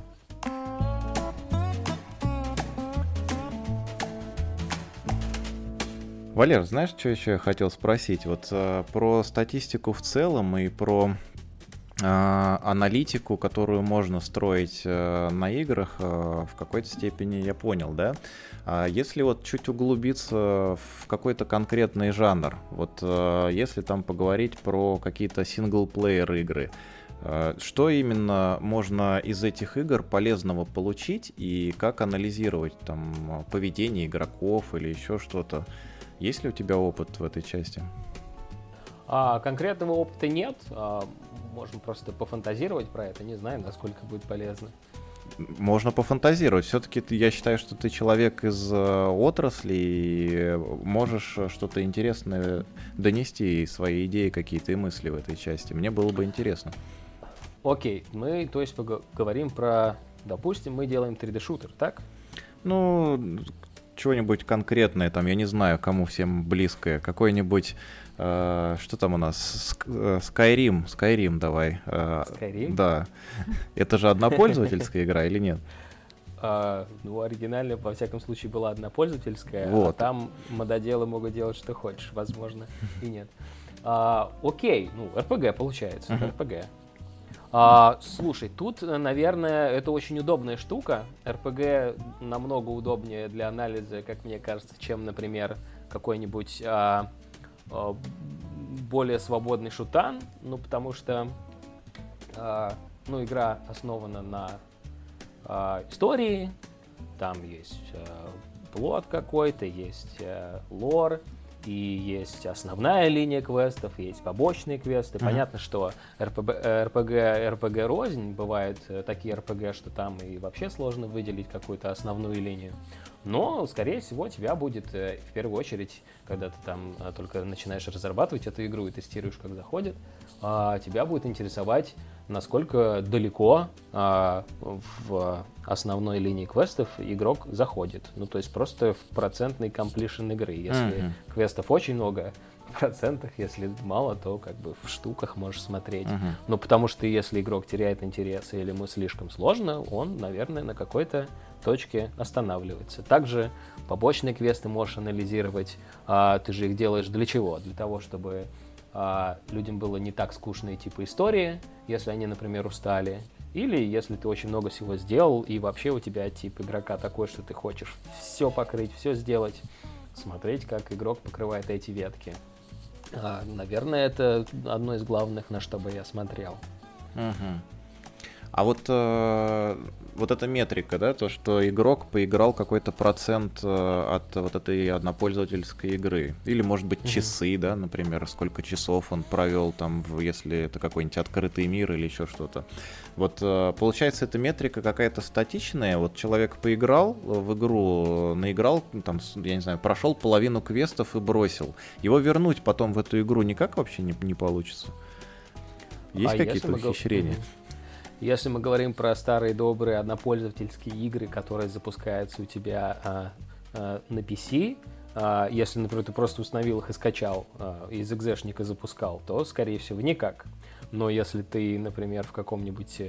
Валер, знаешь, что еще я хотел спросить? Вот про статистику в целом и про аналитику, которую можно строить на играх, в какой-то степени я понял, да? А если вот чуть углубиться в какой-то конкретный жанр, вот если там поговорить про какие-то синглплеер игры, что именно можно из этих игр полезного получить и как анализировать там поведение игроков или еще что-то? Есть ли у тебя опыт в этой части? Конкретного опыта нет. Можно просто пофантазировать про это. Не знаю, насколько будет полезно. Можно пофантазировать. Все-таки я считаю, что ты человек из отрасли и можешь что-то интересное донести, свои идеи, какие-то и мысли в этой части. Мне было бы интересно. Окей, мы, то есть, поговорим про, допустим, мы делаем 3D-шутер, так? Ну, чего-нибудь конкретное, там, я не знаю, кому всем близкое, какой-нибудь, что там у нас, Skyrim давай. Skyrim? Да. Это же однопользовательская игра или нет? Ну, оригинально, во всяком случае, была однопользовательская, вот. А там мододелы могут делать, что хочешь, возможно, и нет. Окей, ну, RPG получается, RPG. Слушай, тут, наверное, это очень удобная штука. RPG намного удобнее для анализа, как мне кажется, чем, например, какой-нибудь более свободный шутан. Ну, потому что игра основана на истории. Там есть плот какой-то, есть лор. И есть основная линия квестов, есть побочные квесты. Понятно, что RPG рознь. Бывают такие RPG, что там и вообще сложно выделить какую-то основную линию. Но, скорее всего, тебя будет в первую очередь, когда ты там только начинаешь разрабатывать эту игру и тестируешь, как заходит, тебя будет интересовать, насколько далеко в основной линии квестов игрок заходит. Ну, то есть просто в процентный комплишн игры. Если квестов очень много, в процентах, если мало, то как бы в штуках можешь смотреть. Ну, потому что если игрок теряет интерес или ему слишком сложно, он, наверное, на какой-то точке останавливается. Также побочные квесты можешь анализировать. Ты же их делаешь для чего? Для того, чтобы людям было не так скучно идти по истории, если они, например, устали. Или если ты очень много всего сделал, и вообще у тебя тип игрока такой, что ты хочешь все покрыть, все сделать, смотреть, как игрок покрывает эти ветки. Наверное, это одно из главных, на что бы я смотрел. А вот эта метрика, да, то, что игрок поиграл какой-то процент от вот этой однопользовательской игры. Или, может быть, часы, да, например, сколько часов он провел там, если это какой-нибудь открытый мир или еще что-то. Вот получается, эта метрика какая-то статичная. Вот человек поиграл в игру, наиграл, там, я не знаю, прошел половину квестов и бросил. Его вернуть потом в эту игру никак вообще не получится? Есть какие-то ухищрения? Если мы говорим про старые добрые однопользовательские игры, которые запускаются у тебя на PC, если, например, ты просто установил их и скачал, из экзешника запускал, то, скорее всего, никак. Но если ты, например, в каком-нибудь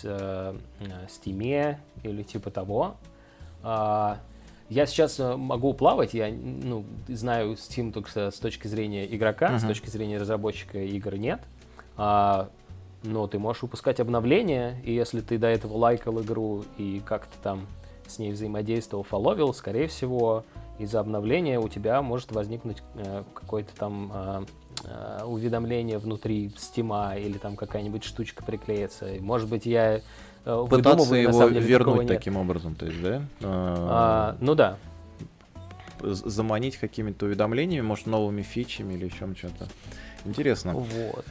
Steam или типа того, я сейчас могу плавать, я знаю Steam только с точки зрения игрока, с точки зрения разработчика игр нет. Но ты можешь выпускать обновления, и если ты до этого лайкал игру и как-то там с ней взаимодействовал, фолловил, скорее всего, из-за обновления у тебя может возникнуть какое-то там уведомление внутри Steam или там какая-нибудь штучка приклеится. Может быть, я пытаться его на самом деле, вернуть таким образом, то есть, да? Ну да. Заманить какими-то уведомлениями, может, новыми фичами или еще что-то. Интересно. Вот.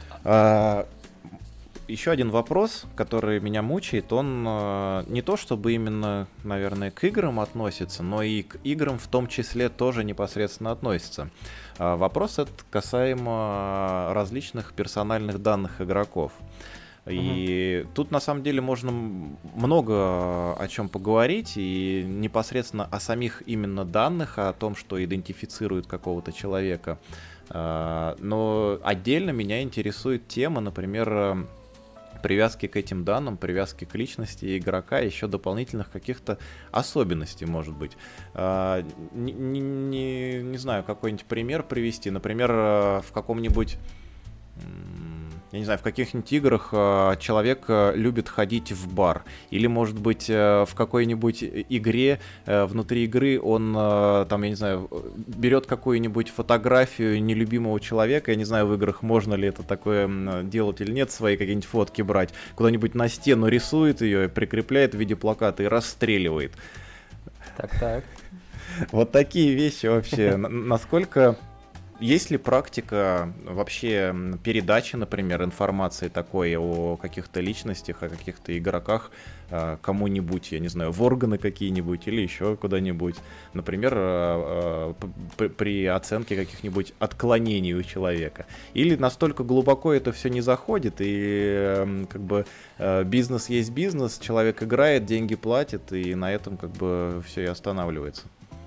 Еще один вопрос, который меня мучает, он не то чтобы именно, наверное, к играм относится, но и к играм в том числе тоже непосредственно относится. Вопрос этот касаемо различных персональных данных игроков. И тут на самом деле можно много о чем поговорить, и непосредственно о самих именно данных, о том, что идентифицирует какого-то человека. Но отдельно меня интересует тема, например, привязки к этим данным, привязки к личности игрока, еще дополнительных каких-то особенностей, может быть. Не знаю, какой-нибудь пример привести. Например, в каком-нибудь... Я не знаю, в каких-нибудь играх человек любит ходить в бар. Или, может быть, в какой-нибудь игре, внутри игры он, там, я не знаю, берет какую-нибудь фотографию нелюбимого человека. Я не знаю, в играх можно ли это такое делать или нет, свои какие-нибудь фотки брать. Куда-нибудь на стену рисует ее, прикрепляет в виде плаката и расстреливает. Так. Вот такие вещи вообще. Насколько... Есть ли практика вообще передачи, например, информации такой о каких-то личностях, о каких-то игроках кому-нибудь, я не знаю, в органы какие-нибудь или еще куда-нибудь, например, при оценке каких-нибудь отклонений у человека? Или настолько глубоко это все не заходит, и как бы бизнес есть бизнес, человек играет, деньги платит, и на этом как бы все и останавливается?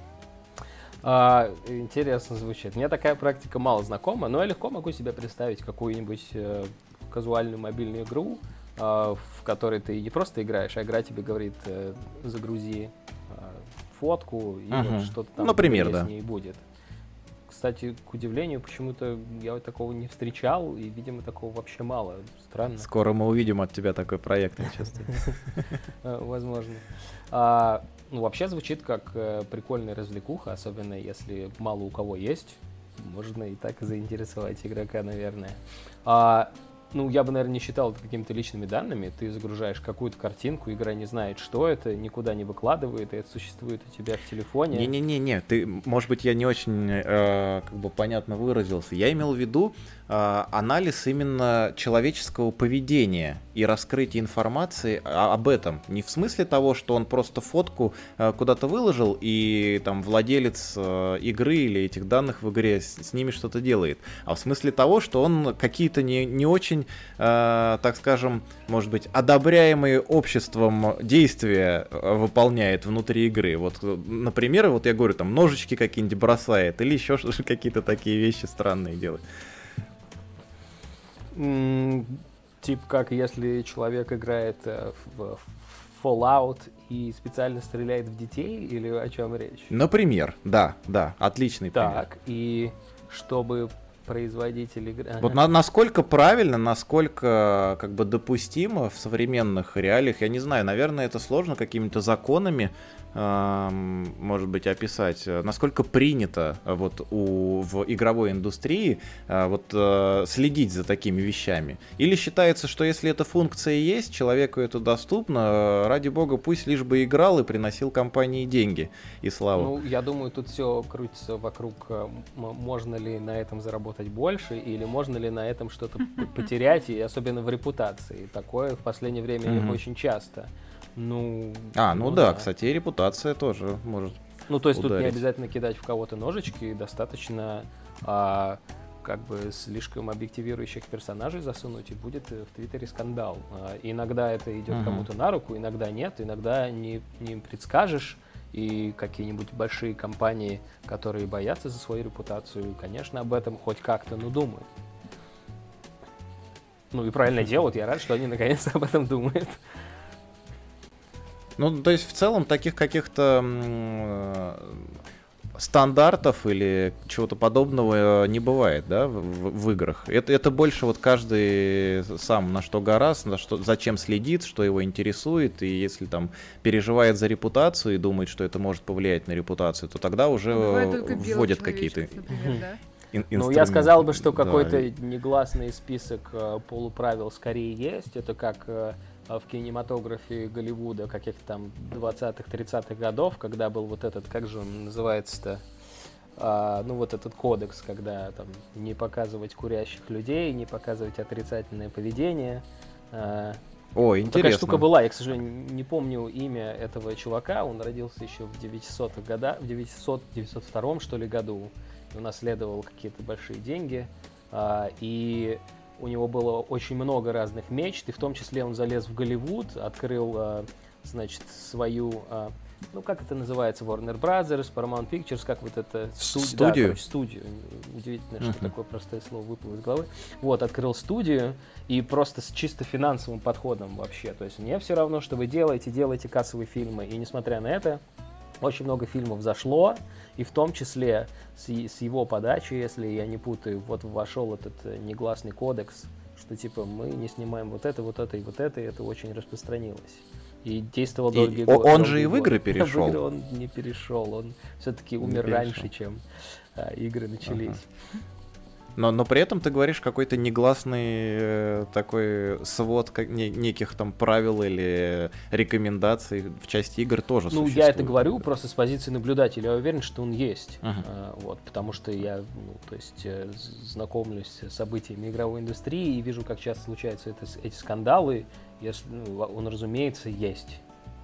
Интересно звучит. Мне такая практика мало знакома, но я легко могу себе представить какую-нибудь казуальную мобильную игру, в которой ты не просто играешь, а игра тебе говорит: загрузи фотку, и вот что-то там, например, с ней будет. Кстати, к удивлению, почему-то я вот такого не встречал, и, видимо, такого вообще мало. Странно. Скоро мы увидим от тебя такой проект, я чувствую. Возможно. Вообще звучит как прикольная развлекуха, особенно если мало у кого есть. Можно и так заинтересовать игрока, наверное. Ну, я бы, наверное, не считал это какими-то личными данными. Ты загружаешь какую-то картинку, игра не знает, что это, никуда не выкладывает, и это существует у тебя в телефоне. Не-не-не, ты, может быть, я не очень как бы понятно выразился. Я имел в виду анализ именно человеческого поведения и раскрытие информации об этом. Не в смысле того, что он просто фотку куда-то выложил, и там владелец игры или этих данных в игре с ними что-то делает, а в смысле того, что он какие-то не очень, так скажем, может быть, одобряемые обществом действия выполняет внутри игры. Вот, например, вот я говорю, там ножички какие-нибудь бросает или еще какие-то такие вещи странные делает. Типа как если человек играет в Fallout и специально стреляет в детей, или о чем речь? Например, да, отличный пример. Так, и чтобы производитель игры... Вот насколько правильно, насколько как бы допустимо в современных реалиях, я не знаю, наверное, это сложно какими-то законами, может быть, описать, насколько принято вот в игровой индустрии вот следить за такими вещами. Или считается, что если эта функция есть, человеку это доступно, ради бога, пусть лишь бы играл и приносил компании деньги и славу. Ну, я думаю, тут все крутится вокруг, можно ли на этом заработать больше, или можно ли на этом что-то потерять, и особенно в репутации. Такое в последнее время очень часто. Ну да, кстати, и репутация тоже может Ну, то есть ударить. Тут не обязательно кидать в кого-то ножички, достаточно как бы слишком объективирующих персонажей засунуть, и будет в Твиттере скандал. Иногда это идет кому-то на руку, иногда нет, иногда не предскажешь, и какие-нибудь большие компании, которые боятся за свою репутацию, конечно, об этом хоть как-то, думают. Ну и правильно делают, я рад, что они наконец-то об этом думают. Ну, то есть, в целом, таких каких-то стандартов или чего-то подобного не бывает, да, в играх. Это больше вот каждый сам на что горазд, зачем следит, что его интересует, и если там переживает за репутацию и думает, что это может повлиять на репутацию, то тогда уже вводят какие-то... Например, да? Ну, я сказал бы, что какой-то негласный список полуправил скорее есть. Это как в кинематографе Голливуда каких-то там 20-х, 30-х годов, когда был вот этот, как же он называется-то, вот этот кодекс, когда там не показывать курящих людей, не показывать отрицательное поведение. О, интересно. Такая штука была, я, к сожалению, не помню имя этого чувака, он родился еще в 900-х годах, в 902 что ли году, и унаследовал какие-то большие деньги, и у него было очень много разных мечт, и в том числе он залез в Голливуд, открыл, значит, свою, как это называется, Warner Brothers, Paramount Pictures, как вот это... Студию? Да, студию. Удивительно, что такое простое слово выпало из головы. Вот, открыл студию, и просто с чисто финансовым подходом вообще. То есть мне все равно, что вы делаете кассовые фильмы, и несмотря на это, очень много фильмов зашло, и в том числе с его подачи, если я не путаю, вот вошел этот негласный кодекс, что типа мы не снимаем вот это, и это очень распространилось. И действовал долгие годы. Он же и в игры перешел. В игры он не перешел, он все-таки умер раньше, чем игры начались. Но при этом ты говоришь какой-то негласный такой свод неких там правил или рекомендаций в части игр тоже существует. Я это говорю просто с позиции наблюдателя. Я уверен, что он есть. Потому что я знакомлюсь с событиями игровой индустрии и вижу, как часто случаются эти скандалы. Он, разумеется, есть.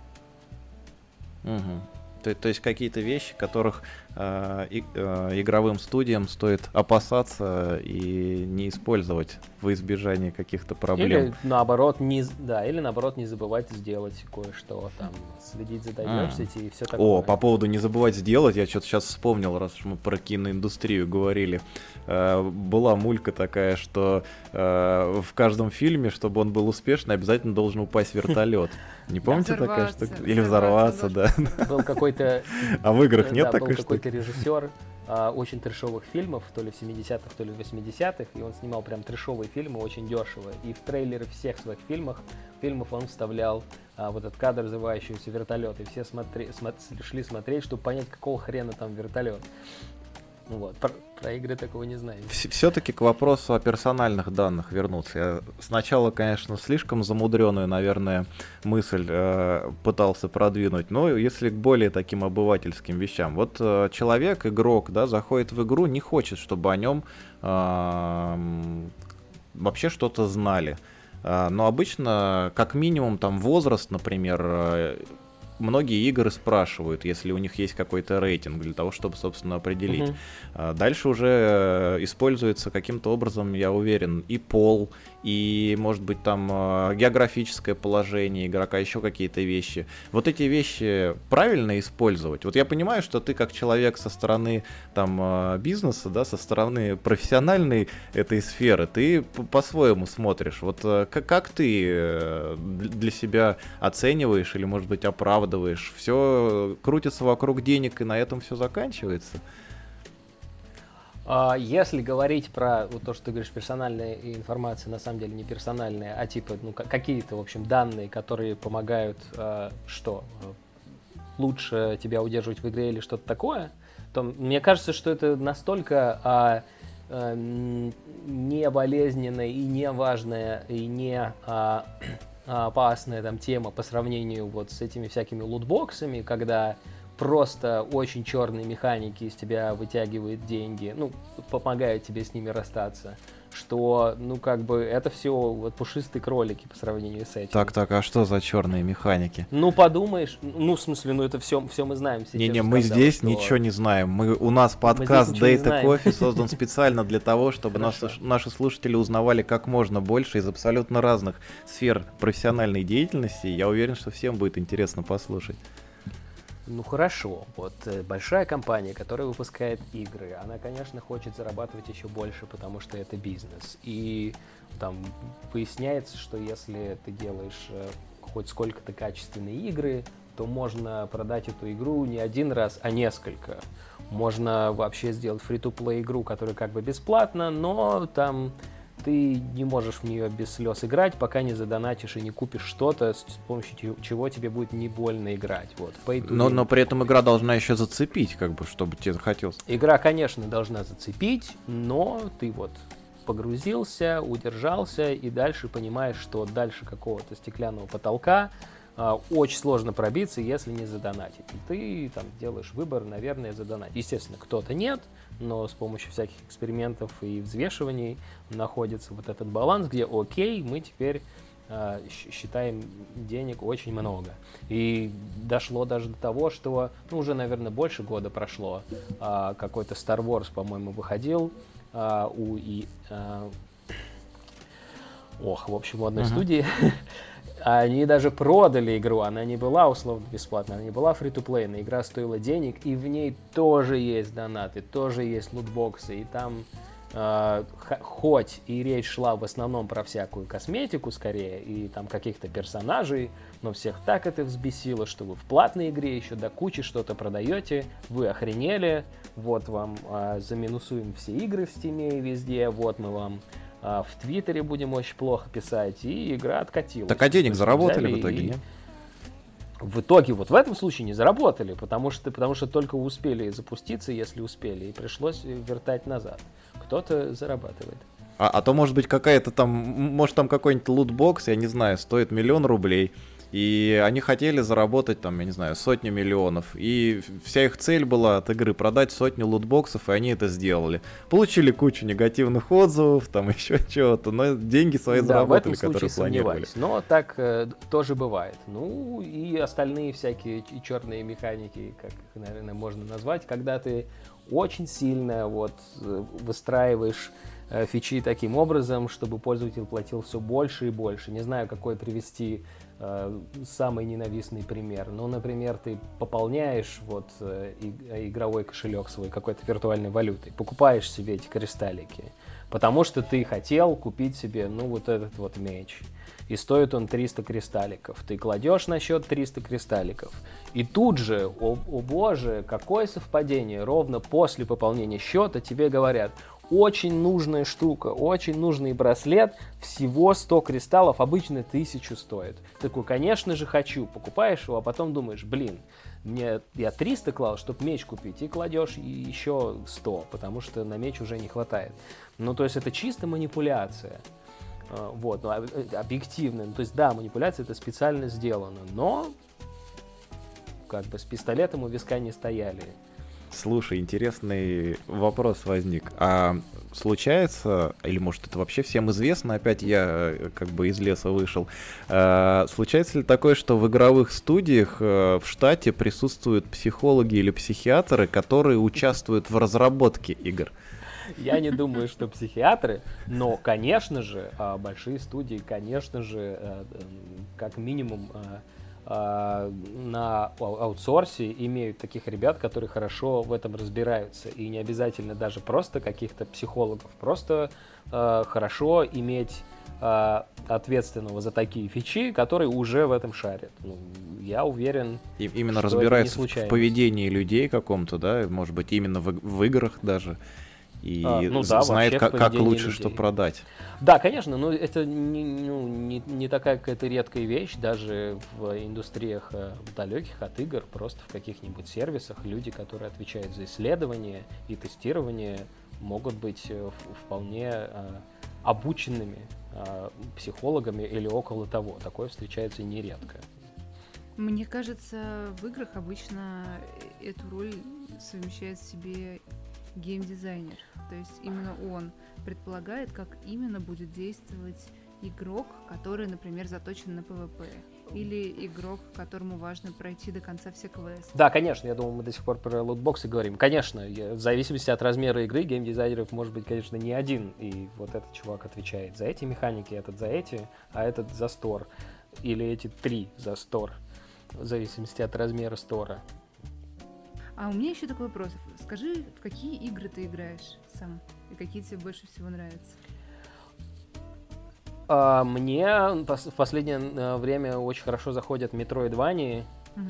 То есть какие-то вещи, которых игровым студиям стоит опасаться и не использовать во избежание каких-то проблем. Или наоборот не забывать сделать кое-что, там, следить за diversity и все такое. По поводу не забывать сделать, я что-то сейчас вспомнил, раз уж мы про киноиндустрию говорили. Была мулька такая, что в каждом фильме, чтобы он был успешный, обязательно должен упасть вертолет. Не помните такая штука? Или взорваться, да. Был какой-то... А в играх нет такой штуки? Был какой-то режиссер очень трэшовых фильмов, то ли в 70-х, то ли в 80-х, и он снимал прям трэшовые фильмы очень дешево. И в трейлеры всех своих фильмов он вставлял вот этот кадр взрывающегося вертолета. И все шли смотреть, чтобы понять, какого хрена там вертолет. Вот. Про игры такого не знаю. Все-таки к вопросу о персональных данных вернуться. Я сначала, конечно, слишком замудренную, наверное, мысль пытался продвинуть, но если к более таким обывательским вещам. Вот человек, игрок, да, заходит в игру, не хочет, чтобы о нем вообще что-то знали. Но обычно, как минимум, там возраст, например, многие игры спрашивают, если у них есть какой-то рейтинг, для того, чтобы, собственно, определить. Дальше уже используется каким-то образом, я уверен, и пол, и, может быть, там географическое положение игрока, еще какие-то вещи. Вот эти вещи правильно использовать? Вот я понимаю, что ты как человек со стороны там бизнеса, да, со стороны профессиональной этой сферы, ты по-своему смотришь. Вот как ты для себя оцениваешь или, может быть, оправдываешь? Все крутится вокруг денег, и на этом все заканчивается? Если говорить про вот то, что ты говоришь, персональная информация, на самом деле не персональная, а типа какие-то, в общем, данные, которые помогают лучше тебя удерживать в игре или что-то такое, то мне кажется, что это настолько не болезненная и не важная и не опасная там тема по сравнению вот с этими всякими лутбоксами, когда просто очень черные механики из тебя вытягивают деньги, помогают тебе с ними расстаться, что, это все вот пушистые кролики по сравнению с этим. Так, а что за черные механики? Подумаешь, в смысле, это все мы знаем. Не, мы здесь ничего не знаем. У нас подкаст Data Coffee создан специально для того, чтобы наши слушатели узнавали как можно больше из абсолютно разных сфер профессиональной деятельности. Я уверен, что всем будет интересно послушать. Хорошо, вот большая компания, которая выпускает игры, она, конечно, хочет зарабатывать еще больше, потому что это бизнес. И там выясняется, что если ты делаешь хоть сколько-то качественные игры, то можно продать эту игру не один раз, а несколько. Можно вообще сделать фри-то-плей игру, которая как бы бесплатна, но там ты не можешь в нее без слез играть, пока не задонатишь и не купишь что-то, с помощью чего тебе будет не больно играть. Вот. Но при этом игра должна еще зацепить, чтобы тебе захотелось. Игра, конечно, должна зацепить, но ты вот погрузился, удержался и дальше понимаешь, что дальше какого-то стеклянного потолка очень сложно пробиться, если не задонатить. И ты там делаешь выбор, наверное, задонатить. Естественно, кто-то нет, но с помощью всяких экспериментов и взвешиваний находится вот этот баланс, где окей, мы теперь считаем денег очень много. И дошло даже до того, что, уже, наверное, больше года прошло, какой-то Star Wars, по-моему, выходил в общем, у одной студии. Они даже продали игру, она не была условно бесплатной, она не была фри-то-плей, но игра стоила денег, и в ней тоже есть донаты, тоже есть лутбоксы, и там хоть и речь шла в основном про всякую косметику скорее, и там каких-то персонажей, но всех так это взбесило, что вы в платной игре еще до кучи что-то продаете, вы охренели, вот вам заминусуем все игры в Стиме и везде, вот мы вам в Твиттере будем очень плохо писать, и игра откатилась. Так а денег заработали в итоге, нет? В итоге вот в этом случае не заработали, потому что только успели запуститься, если успели, и пришлось вертать назад. Кто-то зарабатывает. А то может быть какая-то там, может там какой-нибудь лутбокс, я не знаю, стоит 1 000 000 рублей. И они хотели заработать, там, я не знаю, 100 миллионов. И вся их цель была от игры продать 100 лутбоксов, и они это сделали. Получили кучу негативных отзывов, там еще чего-то, но деньги свои заработали, которые планировали. Но так тоже бывает. И остальные всякие черные механики, как их, наверное, можно назвать, когда ты очень сильно выстраиваешь фичи таким образом, чтобы пользователь платил все больше и больше. Не знаю, какой привести самый ненавистный пример. Например, ты пополняешь игровой кошелек свой какой-то виртуальной валютой, покупаешь себе эти кристаллики, потому что ты хотел купить себе, этот меч. И стоит он 300 кристалликов. Ты кладешь на счет 300 кристалликов. И тут же, о боже, какое совпадение, ровно после пополнения счета тебе говорят: очень нужная штука, очень нужный браслет, всего 100 кристаллов, обычно 1000 стоит. Такой, конечно же, хочу, покупаешь его, а потом думаешь, я 300 клал, чтобы меч купить, и кладешь еще 100, потому что на меч уже не хватает. Ну, то есть это чисто манипуляция. Вот, ну, объективно. Ну, то есть, да, манипуляция это специально сделано, но как бы с пистолетом у виска не стояли. Слушай, интересный вопрос возник. А случается, или может это вообще всем известно, опять я как бы из леса вышел, случается ли такое, что в игровых студиях в штате присутствуют психологи или психиатры, которые участвуют в разработке игр? Я не думаю, что психиатры, но, конечно же, большие студии, конечно же, как минимум на аутсорсе имеют таких ребят, которые хорошо в этом разбираются. И не обязательно даже просто каких-то психологов, просто хорошо иметь ответственного за такие фичи, которые уже в этом шарят. Ну, я уверен, именно что разбирается это не случайность. в поведении людей каком-то, да, может быть, именно в играх даже. И знает, как лучше людей. Что продать. Да, конечно, но это не такая какая-то редкая вещь, даже в индустриях далеких от игр, просто в каких-нибудь сервисах люди, которые отвечают за исследование и тестирование, могут быть вполне обученными психологами или около того. Такое встречается нередко. Мне кажется, в играх обычно эту роль совмещает в себе геймдизайнер. То есть именно он предполагает, как именно будет действовать игрок, который, например, заточен на PvP. Или игрок, которому важно пройти до конца все квесты. Да, конечно, я думаю, мы до сих пор про лутбоксы говорим. Конечно, в зависимости от размера игры геймдизайнеров может быть, конечно, не один. И вот этот чувак отвечает за эти механики, этот за эти, а этот за стор. Или эти 3 за стор. В зависимости от размера стора. А у меня еще такой вопрос. Скажи, в какие игры ты играешь сам? И какие тебе больше всего нравятся? Мне в последнее время очень хорошо заходят Metroidvania.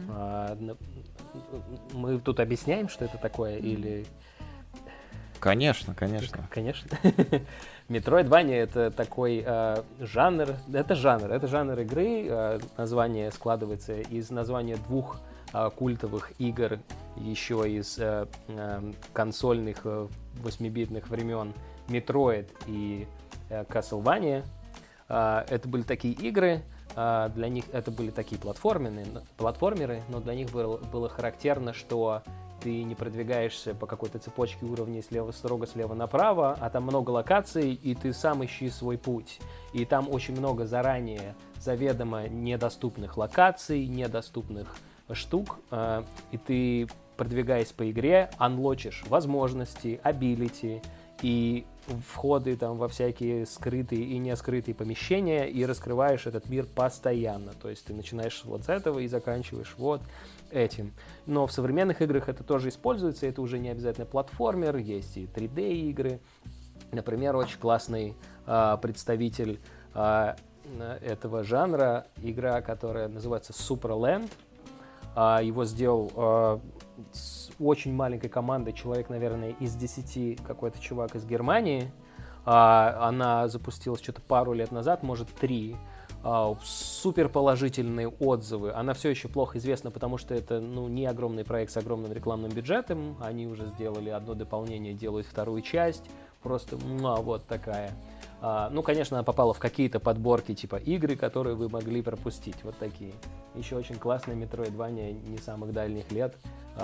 Мы тут объясняем, что это такое, или... Конечно. Конечно. Metroidvania — это такой жанр. Это жанр игры. Название складывается из названия 2 культовых игр еще из консольных 8-битных времен Metroid и Castlevania. Это были такие игры, для них это были такие платформеры, но для них было характерно, что ты не продвигаешься по какой-то цепочке уровней строго слева направо, а там много локаций, и ты сам ищи свой путь. И там очень много заранее заведомо недоступных локаций, недоступных штук, и ты, продвигаясь по игре, анлочишь возможности, абилити и входы там во всякие скрытые и не скрытые помещения и раскрываешь этот мир постоянно. То есть ты начинаешь вот с этого и заканчиваешь вот этим. Но в современных играх это тоже используется, это уже не обязательно платформер, есть и 3D игры. Например, очень классный представитель этого жанра, игра, которая называется Superland. Его сделал с очень маленькой командой, человек, наверное, из 10, какой-то чувак из Германии. Она запустилась что-то пару лет назад, может 3. Супер положительные отзывы. Она все еще плохо известна, потому что это не огромный проект с огромным рекламным бюджетом. Они уже сделали одно дополнение, делают 2 часть. Просто вот такая. Конечно, она попала в какие-то подборки типа игры, которые вы могли пропустить. Вот такие. Еще очень классная Metroidvania не самых дальних лет.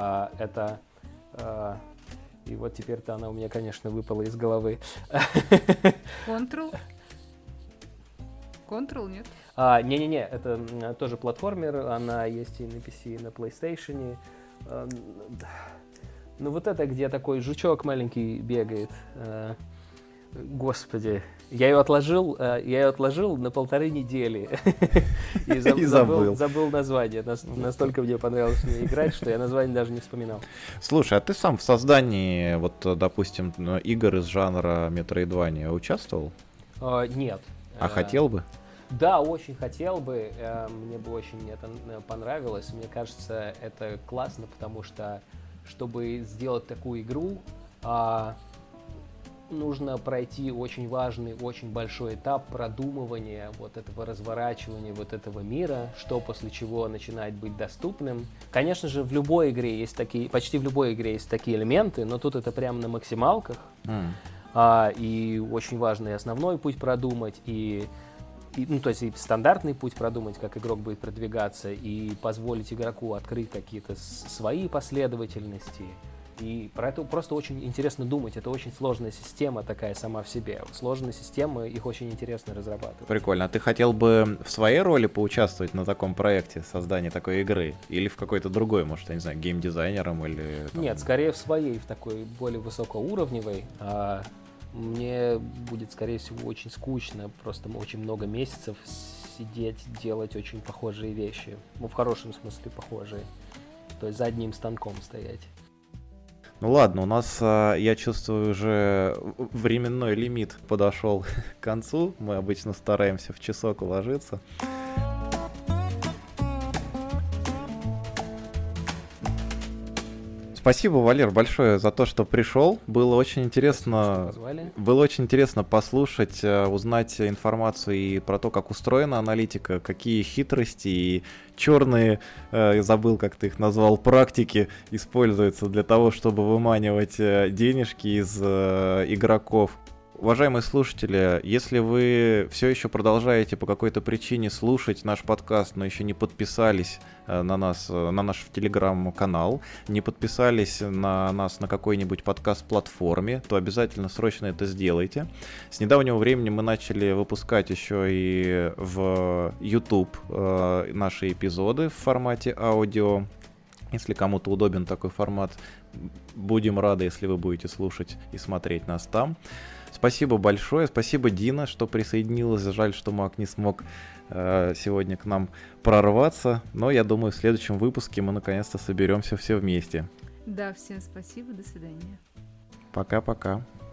И вот теперь-то она у меня, конечно, выпала из головы. Control? Control, нет? Не-не-не, это тоже платформер. Она есть и на PC, и на PlayStation. Вот это, где такой жучок маленький бегает. Господи, я ее отложил на 1,5 недели и забыл название. Настолько мне понравилось в нее играть, что я название даже не вспоминал. Слушай, а ты сам в создании, вот, допустим, игр из жанра Metroidvania участвовал? Нет. А хотел бы? Да, очень хотел бы. Мне бы очень это понравилось. Мне кажется, это классно, потому что, чтобы сделать такую игру, нужно пройти очень важный, очень большой этап продумывания вот этого разворачивания вот этого мира, что после чего начинает быть доступным. Конечно же, в любой игре есть такие, почти в любой игре есть такие элементы, но тут это прямо на максималках. И очень важно и основной путь продумать, то есть и стандартный путь продумать, как игрок будет продвигаться, и позволить игроку открыть какие-то свои последовательности. И про это просто очень интересно думать. Это очень сложная система такая сама в себе. Сложные системы, их очень интересно разрабатывать. Прикольно. А ты хотел бы в своей роли поучаствовать на таком проекте создания такой игры? Или в какой-то другой, может, я не знаю, геймдизайнером или... Нет, скорее в своей, в такой более высокоуровневой. Мне будет, скорее всего, очень скучно. Просто очень много месяцев сидеть, делать очень похожие вещи. В хорошем смысле похожие. То есть за одним станком стоять. Ну ладно, у нас, я чувствую, уже временной лимит подошел к концу. Мы обычно стараемся в часок уложиться. Спасибо, Валер, большое за то, что пришел. Было очень интересно, послушать, узнать информацию и про то, как устроена аналитика, какие хитрости и черные, забыл, как ты их назвал, практики используются для того, чтобы выманивать денежки из игроков. Уважаемые слушатели, если вы все еще продолжаете по какой-то причине слушать наш подкаст, но еще не подписались на нас, на наш телеграм-канал, не подписались на нас на какой-нибудь подкаст-платформе, то обязательно срочно это сделайте. С недавнего времени мы начали выпускать еще и в YouTube наши эпизоды в формате аудио. Если кому-то удобен такой формат, будем рады, если вы будете слушать и смотреть нас там. Спасибо большое, спасибо, Дина, что присоединилась. Жаль, что Мак не смог сегодня к нам прорваться, но я думаю, в следующем выпуске мы наконец-то соберемся все вместе. Да, всем спасибо, до свидания. Пока-пока.